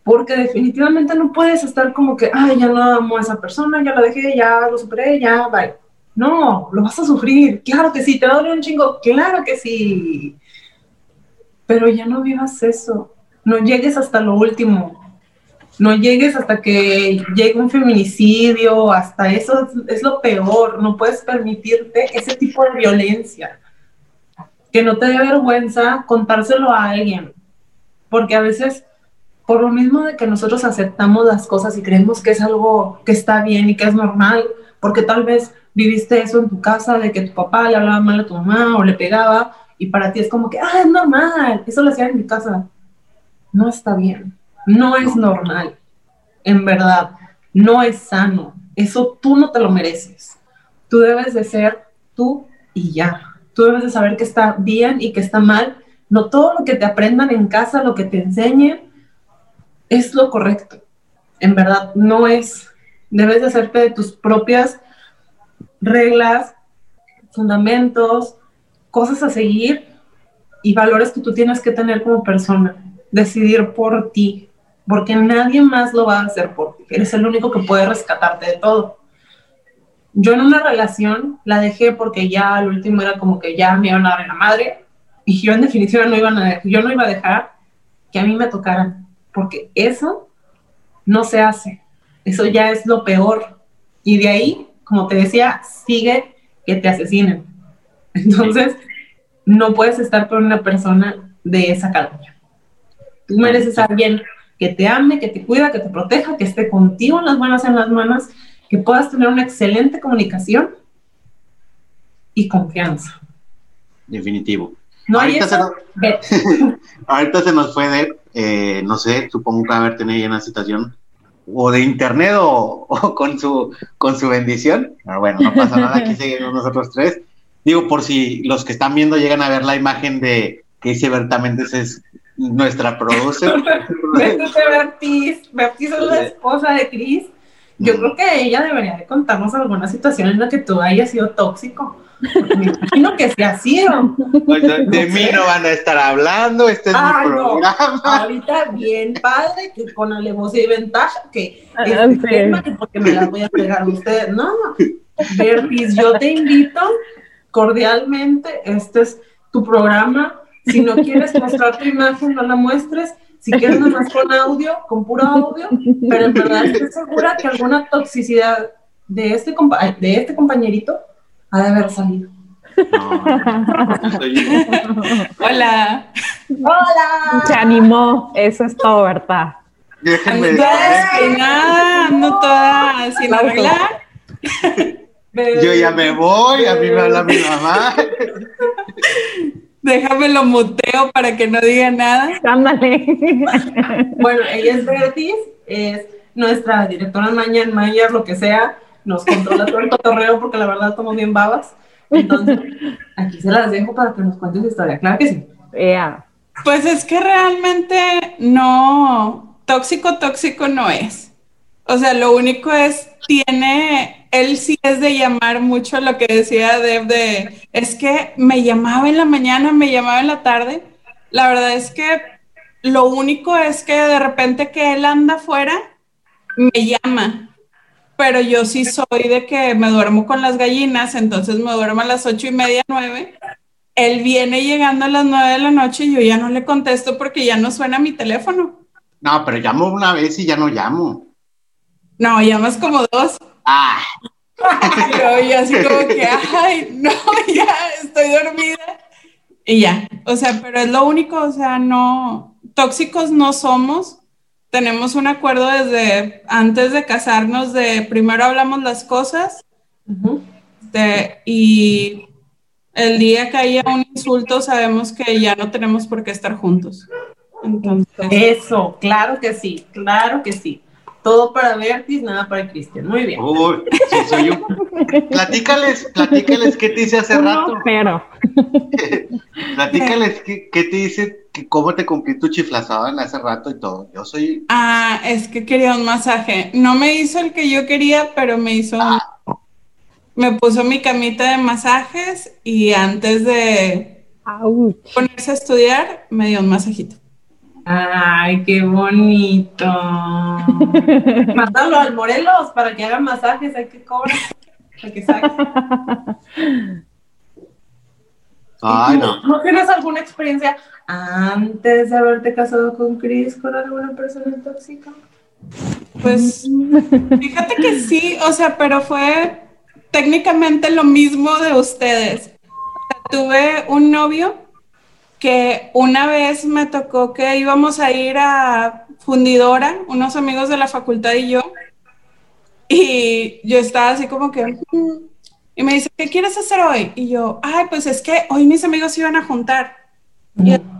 porque definitivamente no puedes estar como que, ay, ya no amo a esa persona, ya la dejé, ya lo superé, ya, bye. No, lo vas a sufrir, claro que sí, te va a doler un chingo, claro que sí, pero ya no vivas eso, no llegues hasta lo último, no llegues hasta que llegue un feminicidio, hasta eso es lo peor, no puedes permitirte ese tipo de violencia, que no te dé vergüenza contárselo a alguien, porque a veces, por lo mismo de que nosotros aceptamos las cosas y creemos que es algo que está bien y que es normal, porque tal vez viviste eso en tu casa, de que tu papá le hablaba mal a tu mamá o le pegaba, y para ti es como que, es normal, eso lo hacía en mi casa. No está bien, no es normal, en verdad, no es sano, eso tú no te lo mereces. Tú debes de ser tú y ya. Tú debes de saber que está bien y que está mal. No todo lo que te aprendan en casa, lo que te enseñen, es lo correcto. En verdad, no es. Debes de hacerte de tus propias reglas, fundamentos, cosas a seguir y valores que tú tienes que tener como persona. Decidir por ti, porque nadie más lo va a hacer por ti. Eres el único que puede rescatarte de todo. Yo en una relación la dejé porque ya al último era como que ya me iban a dar en la madre y yo en definitiva yo no iba a dejar que a mí me tocaran, porque eso no se hace, eso ya es lo peor, y de ahí, como te decía, sigue que te asesinen. Entonces no puedes estar con una persona de esa calaña. Tú mereces a alguien que te ame, que te cuida, que te proteja, que esté contigo en las buenas y en las malas, que puedas tener una excelente comunicación y confianza. Definitivo. No hay eso. Ahorita se nos fue no sé, supongo que va a haber tenido una situación o de internet o con su bendición. Pero bueno, no pasa nada, aquí seguimos nosotros tres. Digo, por si los que están viendo llegan a ver la imagen de que dice Berta Méndez es nuestra producer. Bertis es la esposa de Chris. Yo creo que ella debería de contarnos alguna situación en la que tú hayas sido tóxico. Porque me imagino que sí ha sido. Pues de mí no van a estar hablando, este es mi programa. No. Ahorita bien padre, que con alevosía y ventaja, que tema, que porque me las voy a pegar a ustedes. No, Bertis, yo te invito cordialmente, este es tu programa. Si no quieres mostrar tu imagen, no la muestres. Si quieres nada más con audio, con puro audio, pero en verdad estoy segura que alguna toxicidad de este compañerito ha de haber salido. Hola. Se animó, eso es todo, ¿verdad? Déjenme no toda sin arreglar. Yo ya me voy, a mí me habla mi mamá. Déjame lo muteo para que no diga nada. Ándale. Bueno, ella es Bertis, es nuestra directora manager, lo que sea, nos controla todo el cotorreo porque la verdad estamos bien babas. Entonces, aquí se las dejo para que nos cuentes su historia. Claro que sí. Yeah. Pues es que realmente no, tóxico no es. O sea, lo único es, él sí es de llamar mucho lo que decía Deb es que me llamaba en la mañana, me llamaba en la tarde. La verdad es que lo único es que de repente que él anda afuera, me llama. Pero yo sí soy de que me duermo con las gallinas, entonces me duermo a las 8:30, 9. Él viene llegando a las 9 de la noche y yo ya no le contesto porque ya no suena mi teléfono. No, pero llamo una vez y ya no llamo. No, llamas como 2. Pero yo así como que, no, ya estoy dormida. Y ya, o sea, pero es lo único, o sea, no, tóxicos no somos. Tenemos un acuerdo desde antes de casarnos de primero hablamos las cosas y el día que haya un insulto sabemos que ya no tenemos por qué estar juntos. Entonces, eso, claro que sí. Todo para Bertis, nada para Cristian. Muy bien. Uy, sí, soy un... Platícales qué te hice hace rato. Pero. Platícales qué te dice, cómo te cumplí tu chiflazada en hace rato y todo. Yo soy... es que quería un masaje. No me hizo el que yo quería, pero me hizo me puso mi camita de masajes y antes de ponerse a estudiar, me dio un masajito. Ay, qué bonito. Mándalo al Morelos para que hagan masajes, hay que cobrar, para que saque. Ay, no. ¿No tienes alguna experiencia antes de haberte casado con Chris con alguna persona tóxica? Pues fíjate que sí, o sea, pero fue técnicamente lo mismo de ustedes. Tuve un novio que una vez me tocó que íbamos a ir a Fundidora, unos amigos de la facultad y yo estaba así como que, y me dice, ¿qué quieres hacer hoy? Y yo, ay, pues es que hoy mis amigos se iban a juntar. Y yo,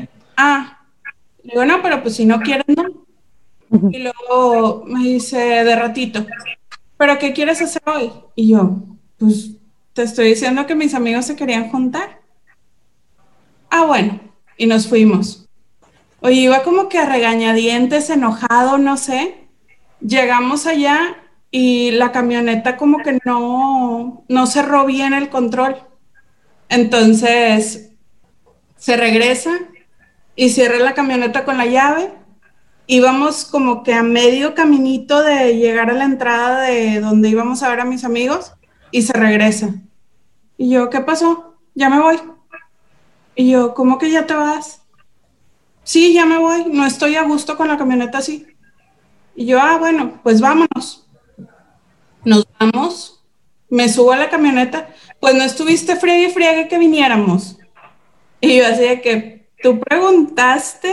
le digo, no, pero pues si no quieres, no. Y luego me dice, de ratito, ¿pero qué quieres hacer hoy? Y yo, pues te estoy diciendo que mis amigos se querían juntar. Bueno, y nos fuimos. Oye, iba como que a regañadientes, enojado, no sé. Llegamos allá y la camioneta como que no cerró bien el control. Entonces se regresa y cierra la camioneta con la llave. Íbamos como que a medio caminito de llegar a la entrada de donde íbamos a ver a mis amigos y se regresa. Y yo, ¿qué pasó? Ya me voy. Y yo, ¿cómo que ya te vas? Sí, ya me voy, no estoy a gusto con la camioneta así. Y yo, bueno, pues vámonos. Nos vamos, me subo a la camioneta, pues no estuviste friegue y friegue que viniéramos. Y yo así de que, tú preguntaste,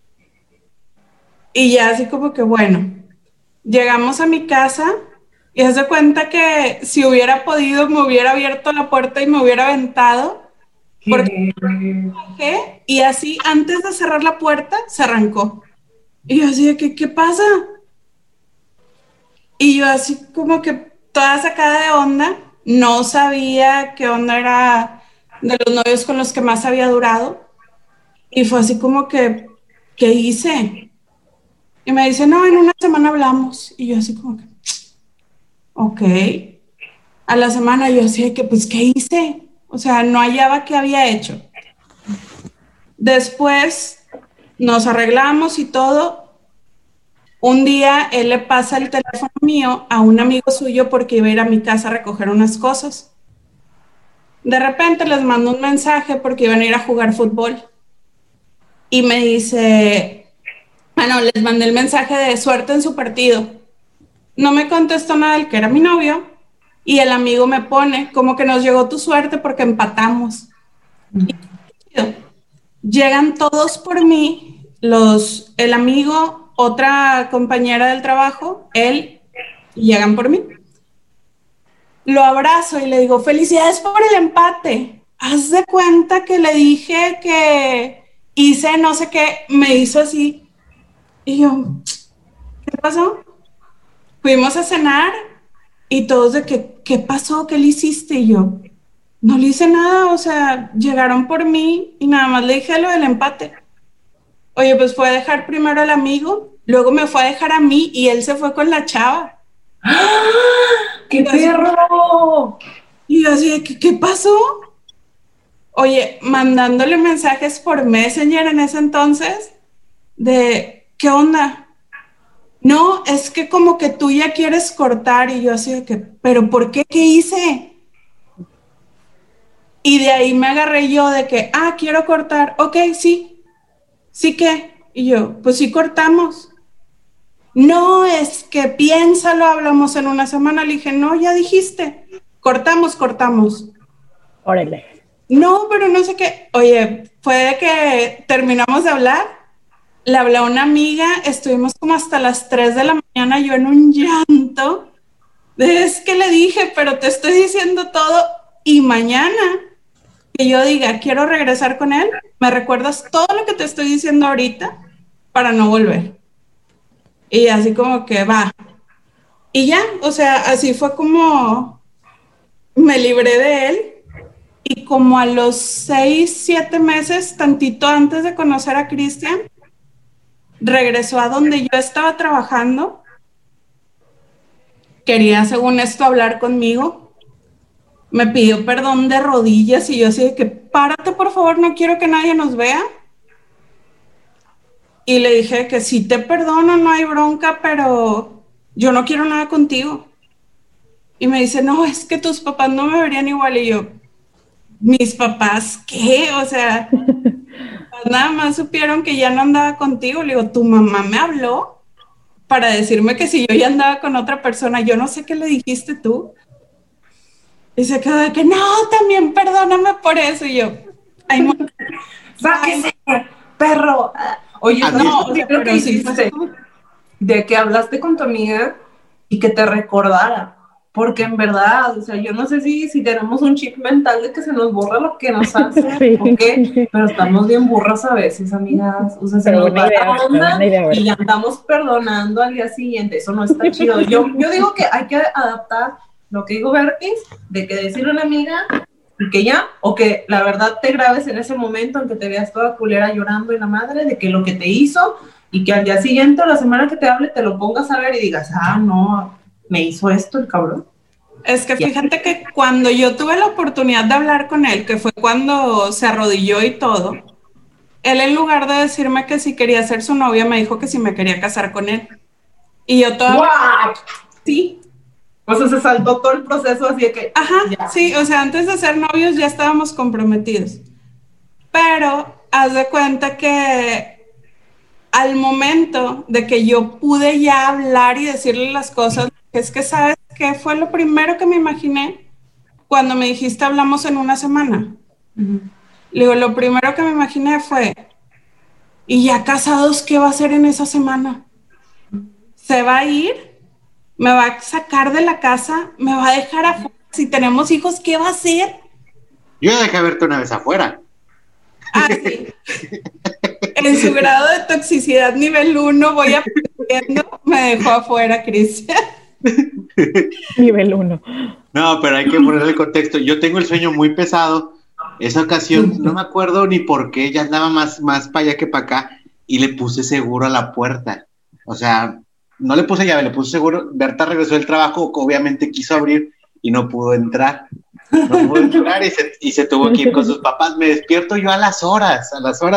y ya así como que, bueno, llegamos a mi casa y haz de cuenta que si hubiera podido me hubiera abierto la puerta y me hubiera aventado. Porque y así antes de cerrar la puerta se arrancó. Y yo así de que, ¿qué pasa? Y yo así como que toda sacada de onda, no sabía qué onda era de los novios con los que más había durado. Y fue así como que, ¿qué hice? Y me dice, no, en una semana hablamos. Y yo así como que, ok. A la semana yo así de que, pues, ¿qué hice? O sea, no hallaba qué había hecho. Después nos arreglamos y todo. Un día él le pasa el teléfono mío a un amigo suyo porque iba a ir a mi casa a recoger unas cosas. De repente les mando un mensaje porque iban a ir a jugar fútbol. Y me dice, les mandé el mensaje de suerte en su partido. No me contestó nada el que era mi novio. Y el amigo me pone, como que nos llegó tu suerte porque empatamos. Llegan todos por mí, el amigo, otra compañera del trabajo, él, llegan por mí. Lo abrazo y le digo, felicidades por el empate. Haz de cuenta que le dije que hice no sé qué, me hizo así. Y yo, ¿qué pasó? Fuimos a cenar y todos de que, ¿qué pasó? ¿Qué le hiciste? Y yo, no le hice nada, o sea, llegaron por mí y nada más le dije lo del empate. Oye, pues fue a dejar primero al amigo, luego me fue a dejar a mí y él se fue con la chava. ¡Ah! ¡Qué perro! Y yo así, ¿qué pasó? Oye, mandándole mensajes por Messenger en ese entonces de, ¿qué onda? No, es que como que tú ya quieres cortar y yo así de que, ¿pero por qué? ¿Qué hice? Y de ahí me agarré yo de que, quiero cortar. Ok, sí. ¿Sí qué? Y yo, pues sí cortamos. No, es que piénsalo, hablamos en una semana. Le dije, no, ya dijiste. Cortamos. Órale. No, pero no sé qué. Oye, fue de que terminamos de hablar. Le hablé a una amiga, estuvimos como hasta las 3 de la mañana, yo en un llanto. Es que le dije, pero te estoy diciendo todo. Y mañana que yo diga, quiero regresar con él, me recuerdas todo lo que te estoy diciendo ahorita para no volver. Y así como que va. Y ya, o sea, así fue como me libré de él. Y como a los 6, 7 meses, tantito antes de conocer a Cristian, regresó a donde yo estaba trabajando. Quería, según esto, hablar conmigo. Me pidió perdón de rodillas y yo así de que, párate, por favor, no quiero que nadie nos vea. y le dije que sí te perdono, no hay bronca, pero yo no quiero nada contigo. Y me dice, no, es que tus papás no me verían igual. Y yo, ¿mis papás qué? O sea, nada más supieron que ya no andaba contigo. Le digo, tu mamá me habló para decirme que si yo ya andaba con otra persona, yo no sé qué le dijiste tú. Y se quedó de que, no, también perdóname por eso. Y yo, ay, no. ¡Sáquese, perro! Oye, no, o sea, creo que hiciste de que hablaste con tu amiga y que te recordara. Porque en verdad, o sea, yo no sé si tenemos un chip mental de que se nos borra lo que nos hace, o qué, pero estamos bien burras a veces, amigas. O sea, se nos va la onda y ya andamos perdonando al día siguiente. Eso no está chido. Yo digo que hay que adaptar lo que digo Bertis, de que decirle a una amiga y que ya, o que la verdad te grabes en ese momento en que te veas toda culera llorando en la madre, de que lo que te hizo, y que al día siguiente o la semana que te hable te lo pongas a ver y digas, no, me hizo esto el cabrón. Es que fíjate que cuando yo tuve la oportunidad de hablar con él, que fue cuando se arrodilló y todo, él en lugar de decirme que si quería ser su novia, me dijo que si me quería casar con él. Y yo todavía... ¡Wow! Sí. O sea, se saltó todo el proceso así de que... Ajá, ya. Sí, o sea, antes de ser novios ya estábamos comprometidos. Pero haz de cuenta que al momento de que yo pude ya hablar y decirle las cosas, es que ¿sabes qué fue lo primero que me imaginé cuando me dijiste hablamos en una semana? Uh-huh. Le digo, lo primero que me imaginé fue, ¿y ya casados qué va a hacer en esa semana? ¿Se va a ir? ¿Me va a sacar de la casa? ¿Me va a dejar afuera? Si tenemos hijos, ¿qué va a hacer? Yo ya dejé verte una vez afuera. Ah, sí. En su grado de toxicidad nivel 1 voy aprendiendo, me dejó afuera, Cristian. Nivel 1. No, pero hay que ponerle el contexto. Yo tengo el sueño muy pesado. Esa ocasión, no me acuerdo ni por qué, ya andaba más para allá que para acá, y le puse seguro a la puerta. O sea, no le puse llave, le puse seguro. Berta regresó del trabajo, obviamente quiso abrir y no pudo entrar. No pudo entrar y se tuvo que ir con sus papás. Me despierto yo a las horas,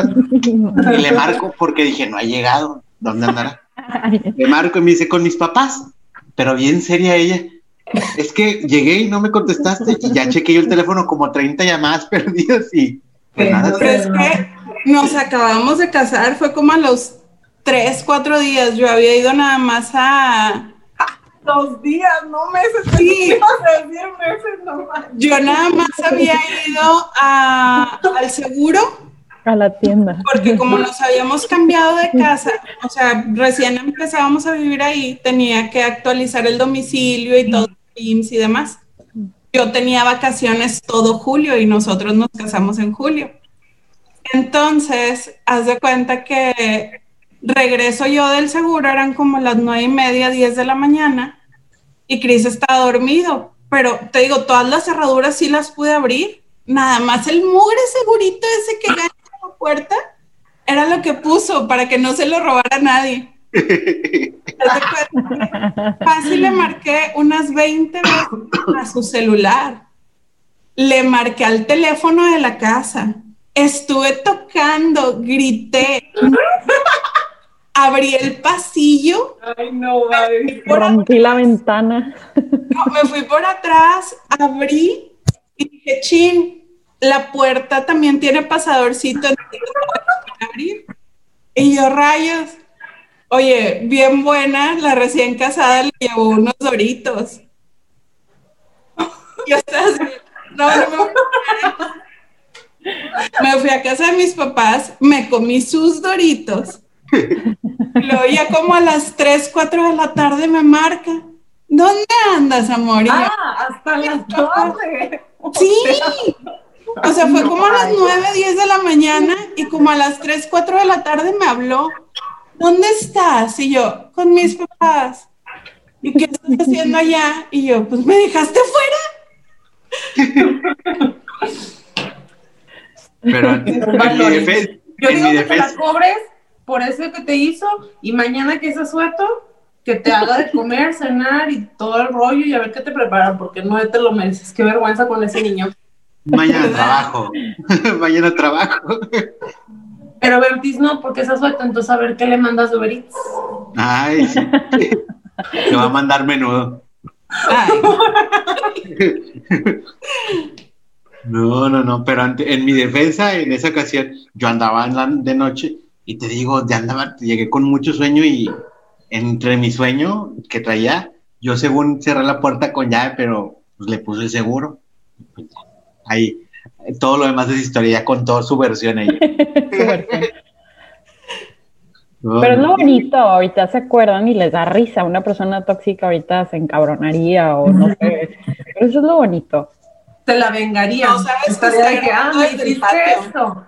y le marco porque dije, no ha llegado, ¿dónde andará? Le marco y me dice, con mis papás, pero bien seria ella. Es que llegué y no me contestaste y ya chequeé yo el teléfono como 30 llamadas perdidas y pues nada. Pero es que nos acabamos de casar, fue como a los 3-4 días, yo había ido nada más a... 2 días, no meses, sí. O 10 meses nomás. Yo nada más había ido al seguro. A la tienda. Porque como nos habíamos cambiado de casa, o sea, recién empezábamos a vivir ahí, tenía que actualizar el domicilio y todo, IMSS y demás. Yo tenía vacaciones todo julio y nosotros nos casamos en julio. Entonces, haz de cuenta que regreso yo del seguro, eran como las 9:30, 10 de la mañana, y Chris estaba dormido, pero te digo, todas las cerraduras sí las pude abrir, nada más el mugre segurito ese que gancha la puerta, era lo que puso para que no se lo robara nadie. Fácil le marqué unas 20 veces a su celular, le marqué al teléfono de la casa, estuve tocando, grité, abrí el pasillo. Ay, no, madre. Rompí la ventana. No, me fui por atrás, abrí y dije, chin, la puerta también tiene pasadorcito, para abrir. Y yo, rayos. Oye, bien buena, la recién casada le llevó unos Doritos. Yo estaba así, me fui a casa de mis papás, me comí sus Doritos. Y luego ya como a las 3-4 de la tarde me marca. ¿Dónde andas, amor? Hasta las 12. Sí. O sea, fue como a las 9-10 de la mañana y como a las 3-4 de la tarde me habló. ¿Dónde estás? Y yo, con mis papás. ¿Y qué estás haciendo allá? Y yo, pues me dejaste fuera. Pero en mi defensa, yo digo que te la cobres por eso que te hizo y mañana que es suelto, que te haga de comer, cenar y todo el rollo y a ver qué te preparan, porque no te lo mereces. Qué vergüenza con ese niño. Mañana trabajo. Pero Bertis no, porque esa suelta, entonces a ver qué le mandas de Uber Eats. Ay, sí. Te va a mandar menudo. Ay. No, pero en mi defensa, en esa ocasión, yo andaba de noche y te digo, llegué con mucho sueño y entre mi sueño que traía, yo según cerré la puerta con llave, pero pues, le puse el seguro. Ahí, todo lo demás es historia, ya contó su versión ella. Pero es lo bonito, ahorita se acuerdan y les da risa. Una persona tóxica ahorita se encabronaría o no sé. Pero eso es lo bonito. Te la vengaría. No, sabes estaría que de que, está me desde el hiciste patio.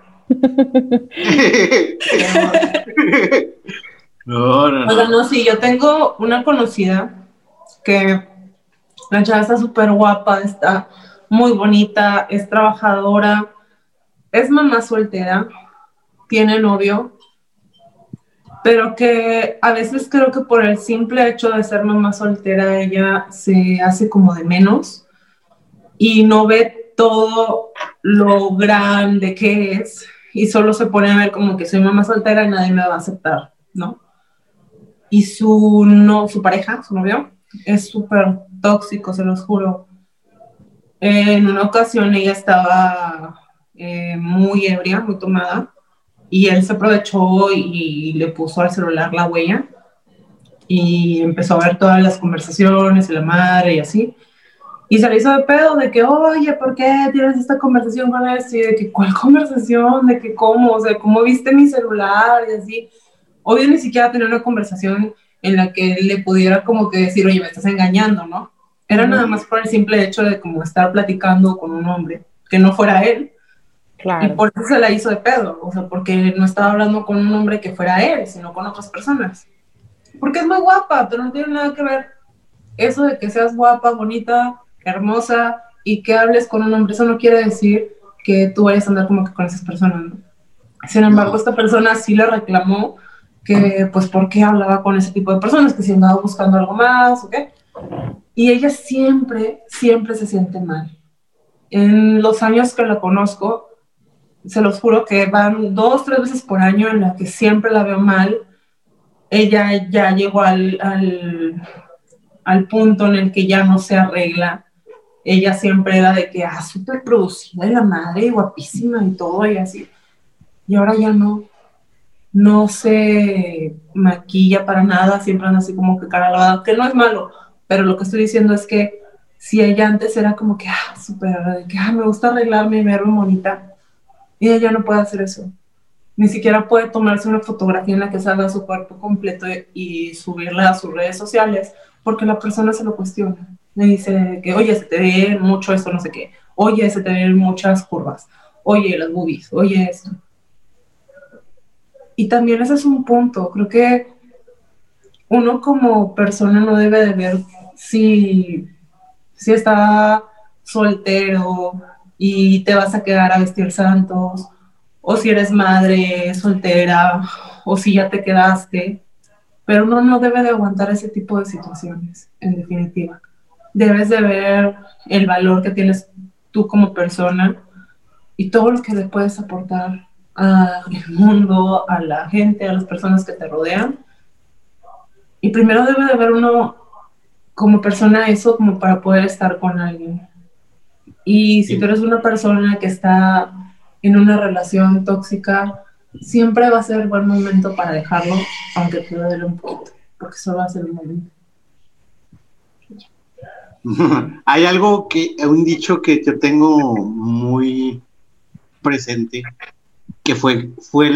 esto. No. Oigan, no, sí, yo tengo una conocida que la chava está súper guapa, está muy bonita, es trabajadora, es mamá soltera, tiene novio, pero que a veces creo que por el simple hecho de ser mamá soltera ella se hace como de menos y no ve todo lo grande que es y solo se pone a ver como que soy mamá soltera y nadie me va a aceptar, ¿no? Y su pareja, su novio, es súper tóxico, se los juro. En una ocasión ella estaba muy ebria, muy tomada, y él se aprovechó y le puso al celular la huella y empezó a ver todas las conversaciones de la madre y así. Y se le hizo de pedo de que, oye, ¿por qué tienes esta conversación con él? Y de que, ¿cuál conversación? De que, ¿cómo? O sea, ¿cómo viste mi celular? Y así. Obvio, ni siquiera tenía una conversación en la que le pudiera como que decir, oye, me estás engañando, ¿no? Era nada más por el simple hecho de como estar platicando con un hombre que no fuera él. Claro. Y por eso se la hizo de pedo, o sea, porque no estaba hablando con un hombre que fuera él, sino con otras personas. Porque es muy guapa, pero no tiene nada que ver eso de que seas guapa, bonita, hermosa y que hables con un hombre. Eso no quiere decir que tú vayas a andar como que con esas personas, ¿no? Sin embargo, esta persona sí le reclamó que, pues, ¿por qué hablaba con ese tipo de personas? Que si andaba buscando algo más, ¿o qué? Y ella siempre se siente mal. En los años que la conozco, se los juro que van 2, 3 veces por año en la que siempre la veo mal. Ella ya llegó al punto en el que ya no se arregla. Ella siempre era de que, súper producida y la madre, guapísima y todo, y así. Y ahora ya no se maquilla para nada, siempre anda así como que cara lavada, que no es malo, pero lo que estoy diciendo es que si ella antes era como que, súper, de que, me gusta arreglarme y verme bonita, y ella ya no puede hacer eso. Ni siquiera puede tomarse una fotografía en la que salga su cuerpo completo y subirla a sus redes sociales, porque la persona se lo cuestiona. Le dice que, oye, se te ve mucho esto, no sé qué. Oye, se te ven muchas curvas. Oye, las boobies. Oye, esto. Y también ese es un punto. Creo que uno como persona no debe de ver si está soltero y te vas a quedar a vestir santos, o si eres madre soltera, o si ya te quedaste. Pero uno no debe de aguantar ese tipo de situaciones, en definitiva. Debes de ver el valor que tienes tú como persona y todo lo que le puedes aportar al mundo, a la gente, a las personas que te rodean. Y primero debe de ver uno como persona eso como para poder estar con alguien. Y si tú eres una persona que está en una relación tóxica, siempre va a ser buen momento para dejarlo, aunque te duele un poquito, porque solo va a ser un momento. Hay algo un dicho que yo tengo muy presente, que fue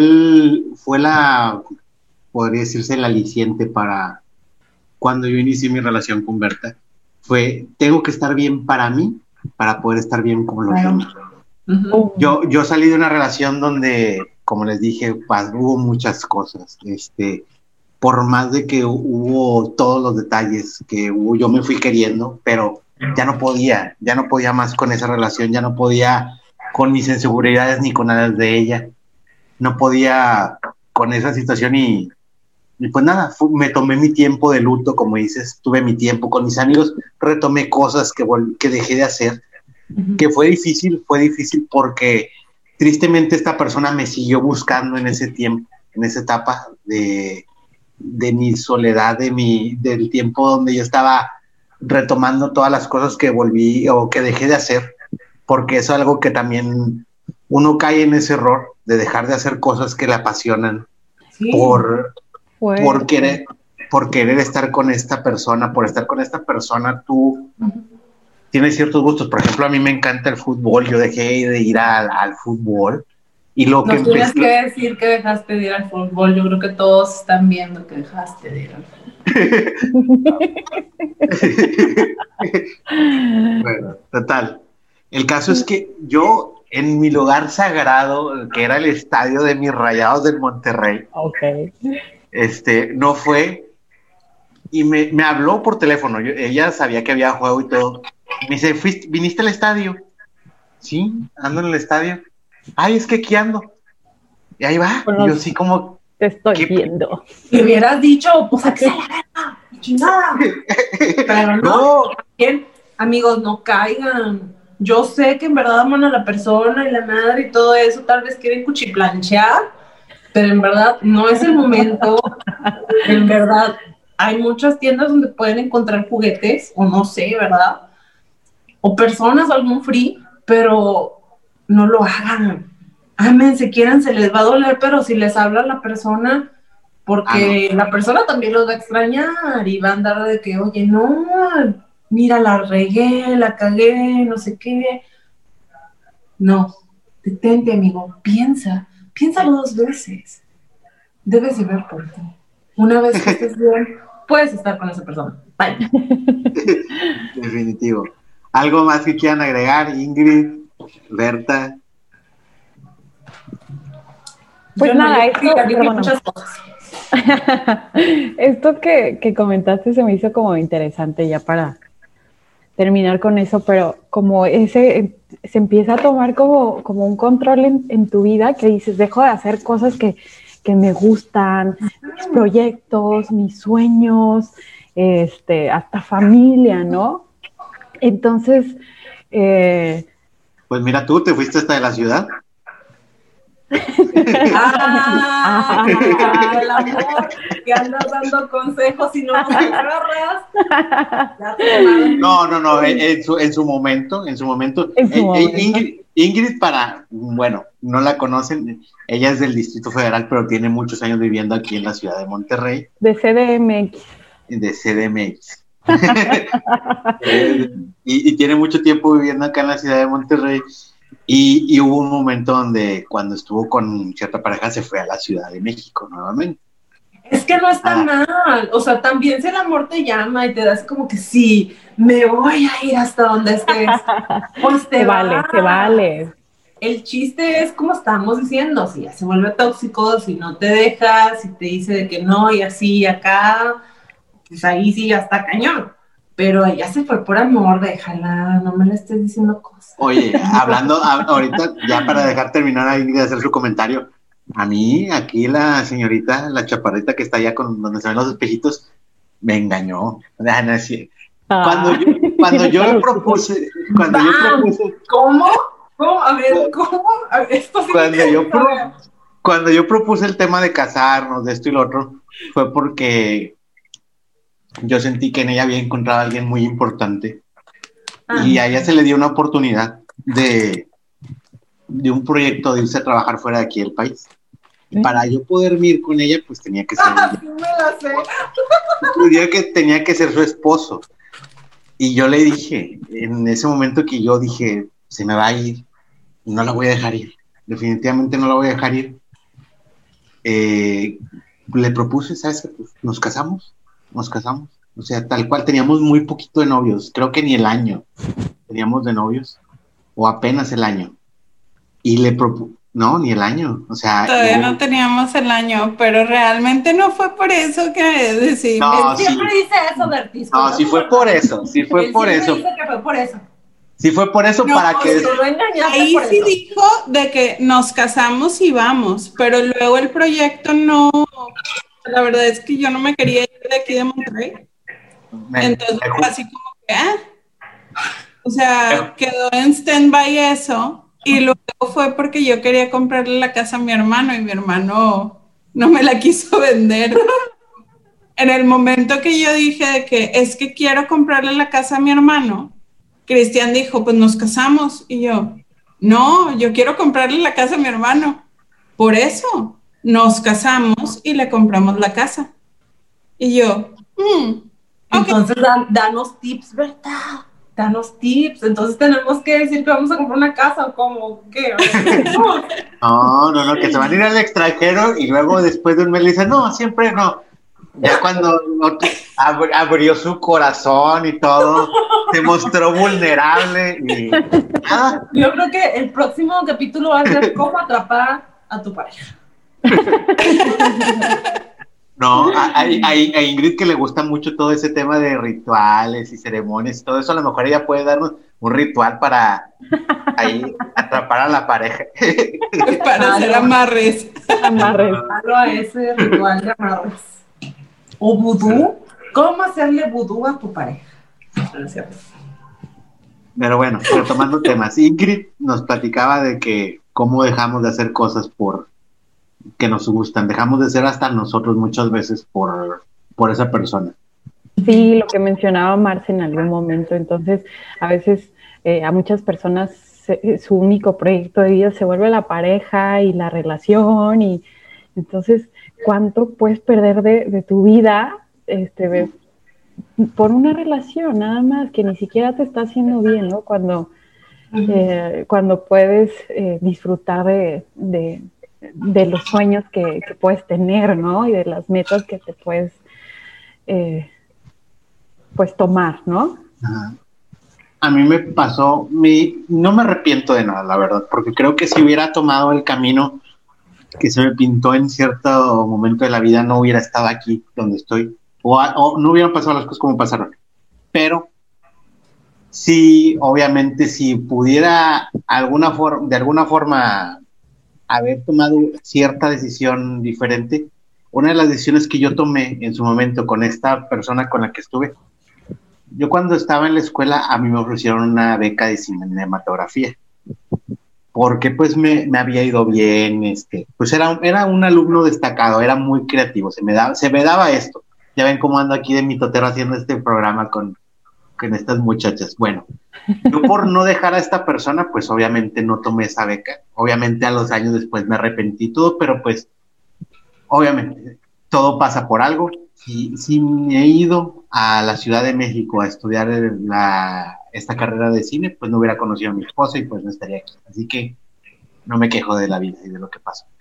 la, podría decirse, el aliciente para cuando yo inicié mi relación con Berta. Tengo que estar bien para mí, para poder estar bien con los demás. Uh-huh. Yo salí de una relación donde, como les dije, hubo muchas cosas. Por más de que hubo todos los detalles que yo me fui queriendo, pero ya no podía más con esa relación, ya no podía con mis inseguridades ni con nada de ella, no podía con esa situación y pues nada, me tomé mi tiempo de luto, como dices, tuve mi tiempo con mis amigos, retomé cosas que dejé de hacer, uh-huh. Que fue difícil porque tristemente esta persona me siguió buscando en ese tiempo, en esa etapa de mi soledad, del tiempo donde yo estaba retomando todas las cosas que volví o que dejé de hacer, porque eso es algo que también uno cae en ese error de dejar de hacer cosas que le apasionan por querer estar con esta persona, por estar con esta persona tú tienes ciertos gustos. Por ejemplo, a mí me encanta el fútbol, yo dejé de ir al fútbol y lo que tienes que decir que dejaste de ir al fútbol, yo creo que todos están viendo que dejaste de ir al fútbol. Bueno, total. El caso es que yo, en mi lugar sagrado, que era el estadio de mis Rayados del Monterrey, no fue, y me habló por teléfono. Ella sabía que había juego y todo. Me dice, ¿viniste al estadio? Sí, ando en el estadio. Ay, es que aquí ando. Y ahí va. Bueno, yo sí como... Te estoy viendo. Me hubieras dicho, pues aquí se la gana, chingada. Pero no. Bien, amigos, no caigan. Yo sé que en verdad aman a la persona y la madre y todo eso, tal vez quieren cuchiplanchear, pero en verdad no es el momento. En verdad, hay muchas tiendas donde pueden encontrar juguetes, o no sé, ¿verdad? O personas, algún free, pero no lo hagan. Ámense, quieran, se les va a doler, pero si les habla la persona, porque la persona también los va a extrañar y va a andar de que, oye, no, mira, la regué, la cagué, no sé qué. No, detente, amigo, piénsalo 2 veces. Debes de ver por ti. Una vez que estés bien, puedes estar con esa persona. Bye. Definitivo. ¿Algo más que quieran agregar, Ingrid, Berta? Pues nada, esto que comentaste se me hizo como interesante ya para terminar con eso, pero como se empieza a tomar como un control en tu vida, que dices, dejo de hacer cosas que me gustan, mis proyectos, mis sueños, hasta familia, ¿no? Entonces... Pues mira, tú te fuiste hasta de la ciudad. El amor, que andas dando consejos y no nos agarras. No, en su momento. Ingrid, no la conocen, ella es del Distrito Federal, pero tiene muchos años viviendo aquí en la ciudad de Monterrey. De CDMX. y tiene mucho tiempo viviendo acá en la ciudad de Monterrey. Y hubo un momento donde cuando estuvo con cierta pareja se fue a la Ciudad de México nuevamente. Es que no está mal, o sea, también si el amor te llama y te das como que sí, me voy a ir hasta donde estés, pues te vale. El chiste es como estábamos diciendo, si ya se vuelve tóxico, si no te dejas, si te dice de que no y así y acá, pues ahí sí ya está cañón. Pero ella se fue por amor, déjala, no me le estés diciendo cosas. Oye, hablando ahorita, ya para dejar terminar ahí de hacer su comentario, a mí, aquí la señorita, la chaparrita que está allá donde se ven los espejitos, me engañó. Cuando yo le propuse... ¿Cómo? A ver, ¿cómo? A ver, esto sí cuando yo propuse el tema de casarnos, de esto y lo otro, fue porque... yo sentí que en ella había encontrado a alguien muy importante y a ella se le dio una oportunidad de un proyecto de irse a trabajar fuera de aquí del país. Y para yo poder ir con ella, pues tenía que ser... tenía que ser su esposo. Y yo le dije, en ese momento que yo dije, se me va a ir, no la voy a dejar ir. Definitivamente no la voy a dejar ir. Le propuse, ¿sabes qué? Pues nos casamos. O sea, tal cual, teníamos muy poquito de novios, creo que ni el año teníamos de novios, o apenas el año, y no, ni el año, o sea... Todavía no teníamos el año, pero realmente no fue por eso que decidimos. No, siempre dice eso, Bertis. No, sí fue por eso. Dice que fue por eso. Sí fue por eso, para que... Ahí sí dijo de que nos casamos y vamos, pero luego el proyecto no... La verdad es que yo no me quería ir de aquí de Monterrey. Entonces fue así como que, o sea, quedó en stand-by eso Y luego fue porque yo quería comprarle la casa a mi hermano y mi hermano no me la quiso vender. En el momento que yo dije de que es que quiero comprarle la casa a mi hermano, Cristian dijo, pues nos casamos. Y yo, no, yo quiero comprarle la casa a mi hermano. Por eso nos casamos y le compramos la casa. Y yo, okay. Entonces danos tips, ¿verdad? Danos tips. Entonces tenemos que decir que vamos a comprar una casa o cómo, ¿qué? No, que se van a ir al extranjero y luego después de un mes le dicen, no, siempre no. Ya cuando abrió su corazón y todo, se mostró vulnerable y nada. Yo creo que el próximo capítulo va a ser cómo atrapar a tu pareja. No, a Ingrid, que le gusta mucho todo ese tema de rituales y ceremonias y todo eso, a lo mejor ella puede darnos un ritual para ahí atrapar a la pareja. Para hacer amarres. Algo a ese ritual de amarres. ¿O vudú? ¿Cómo hacerle vudú a tu pareja? No es cierto. Pero bueno, retomando temas, Ingrid nos platicaba de que cómo dejamos de hacer cosas por que nos gustan, dejamos de ser hasta nosotros muchas veces por esa persona. Sí, lo que mencionaba Marce en algún momento. Entonces, a veces a muchas personas su único proyecto de vida se vuelve la pareja y la relación, y entonces, ¿cuánto puedes perder de tu vida por una relación nada más que ni siquiera te está haciendo bien, ¿no? Cuando puedes disfrutar de los sueños que puedes tener, ¿no? Y de las metas que te puedes pues tomar, ¿no? Ajá. A mí me pasó, no me arrepiento de nada, la verdad, porque creo que si hubiera tomado el camino que se me pintó en cierto momento de la vida, no hubiera estado aquí donde estoy, o no hubieran pasado las cosas como pasaron. Pero sí, obviamente, si pudiera de alguna forma haber tomado cierta decisión diferente, una de las decisiones que yo tomé en su momento con esta persona con la que estuve, yo cuando estaba en la escuela, a mí me ofrecieron una beca de cinematografía, porque pues me había ido bien, pues era un alumno destacado, era muy creativo, se me daba esto. Ya ven cómo ando aquí de mitotero haciendo este programa con estas muchachas. Bueno, yo por no dejar a esta persona, pues obviamente no tomé esa beca. Obviamente a los años después me arrepentí todo, pero pues obviamente todo pasa por algo. Si me he ido a la Ciudad de México a estudiar esta carrera de cine, pues no hubiera conocido a mi esposa y pues no estaría aquí. Así que no me quejo de la vida y de lo que pasó.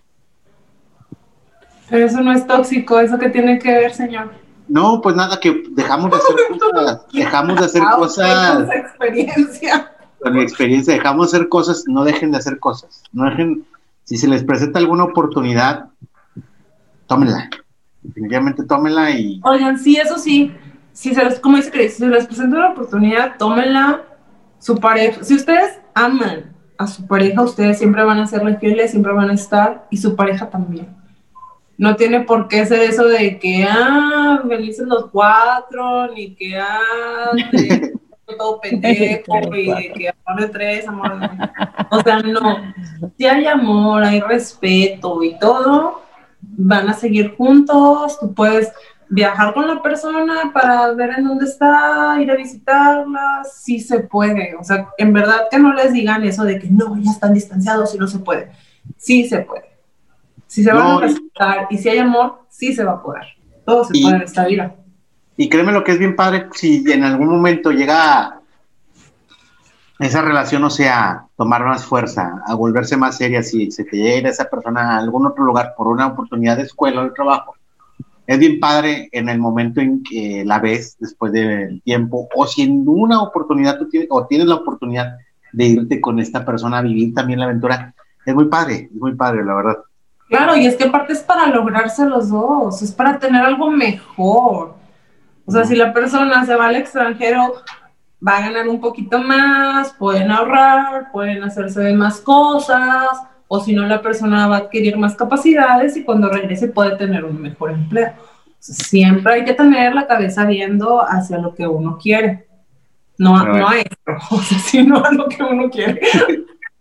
Pero eso no es tóxico, ¿eso qué tiene que ver, señor? No, pues nada, que dejamos de hacer cosas. Con esa experiencia. Con mi experiencia, dejamos de hacer cosas, no dejen de hacer cosas. Si se les presenta alguna oportunidad, tómenla. Definitivamente tómenla y... Oigan, sí, eso sí. Como dice Cris, si se les presenta una oportunidad, tómenla. Su pareja, si ustedes aman a su pareja, ustedes siempre van a serle fieles, siempre van a estar, y su pareja también. No tiene por qué ser eso de que, felices los cuatro, ni que, todo pendejo, y de que amor de tres, amor de... O sea, no. Si hay amor, hay respeto y todo, van a seguir juntos, tú puedes viajar con la persona para ver en dónde está, ir a visitarla, sí se puede. O sea, en verdad que no les digan eso de que no, ya están distanciados y no se puede. Sí se puede. Si se van a respetar y si hay amor, sí se va a poder. Todo se puede en esta vida. Y créeme lo que es bien padre, si en algún momento llega esa relación, o sea, tomar más fuerza, a volverse más seria, si se te llega esa persona a algún otro lugar por una oportunidad de escuela o de trabajo, es bien padre en el momento en que la ves después del tiempo, o si en una oportunidad tienes la oportunidad de irte con esta persona a vivir también la aventura, es muy padre, la verdad. Claro, y es que aparte es para lograrse los dos, es para tener algo mejor. O sea, si la persona se va al extranjero, va a ganar un poquito más, pueden ahorrar, pueden hacerse de más cosas, o si no, la persona va a adquirir más capacidades y cuando regrese puede tener un mejor empleo. O sea, siempre hay que tener la cabeza viendo hacia lo que uno quiere, no a esto, o sea, sino a lo que uno quiere.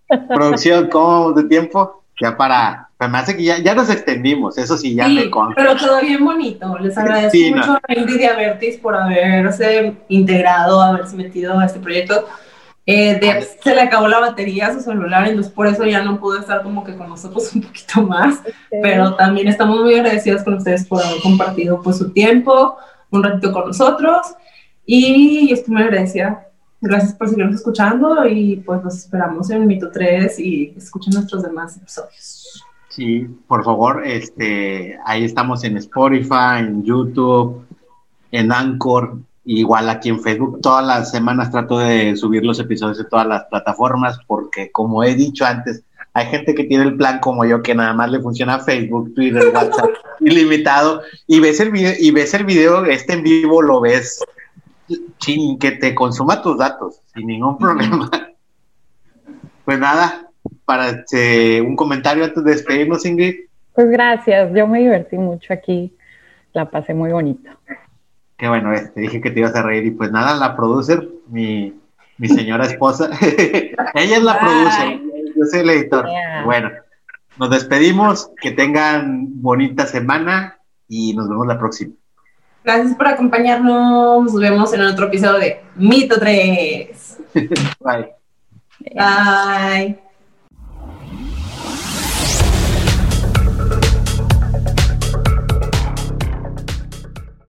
Producción, ¿cómo vamos de tiempo? Ya me hace que ya nos extendimos, eso sí, ya me consta. Pero todo bien bonito. Les agradezco mucho a Ingrid y a Bertis por haberse integrado, haberse metido a este proyecto. Se le acabó la batería a su celular, entonces por eso ya no pudo estar como que con nosotros un poquito más, pero también estamos muy agradecidos con ustedes por haber compartido pues su tiempo, un ratito con nosotros, y estoy muy agradecida. Gracias por seguirnos escuchando y pues nos esperamos en Mito 3 y escuchen nuestros demás episodios. Sí, por favor, ahí estamos en Spotify, en YouTube, en Anchor, igual aquí en Facebook. Todas las semanas trato de subir los episodios de todas las plataformas porque, como he dicho antes, hay gente que tiene el plan como yo que nada más le funciona Facebook, Twitter, WhatsApp ilimitado y ves el video en vivo, lo ves sin que te consuma tus datos, sin ningún problema. Pues nada, para un comentario antes de despedirnos, Ingrid. Pues gracias, yo me divertí mucho aquí, la pasé muy bonito. Qué bueno, te dije que te ibas a reír y pues nada, la producer, mi señora esposa, ella es la producer, yo soy el editor. Yeah. Bueno, nos despedimos, que tengan bonita semana y nos vemos la próxima. Gracias por acompañarnos, nos vemos en otro episodio de Mito 3. Bye. Bye.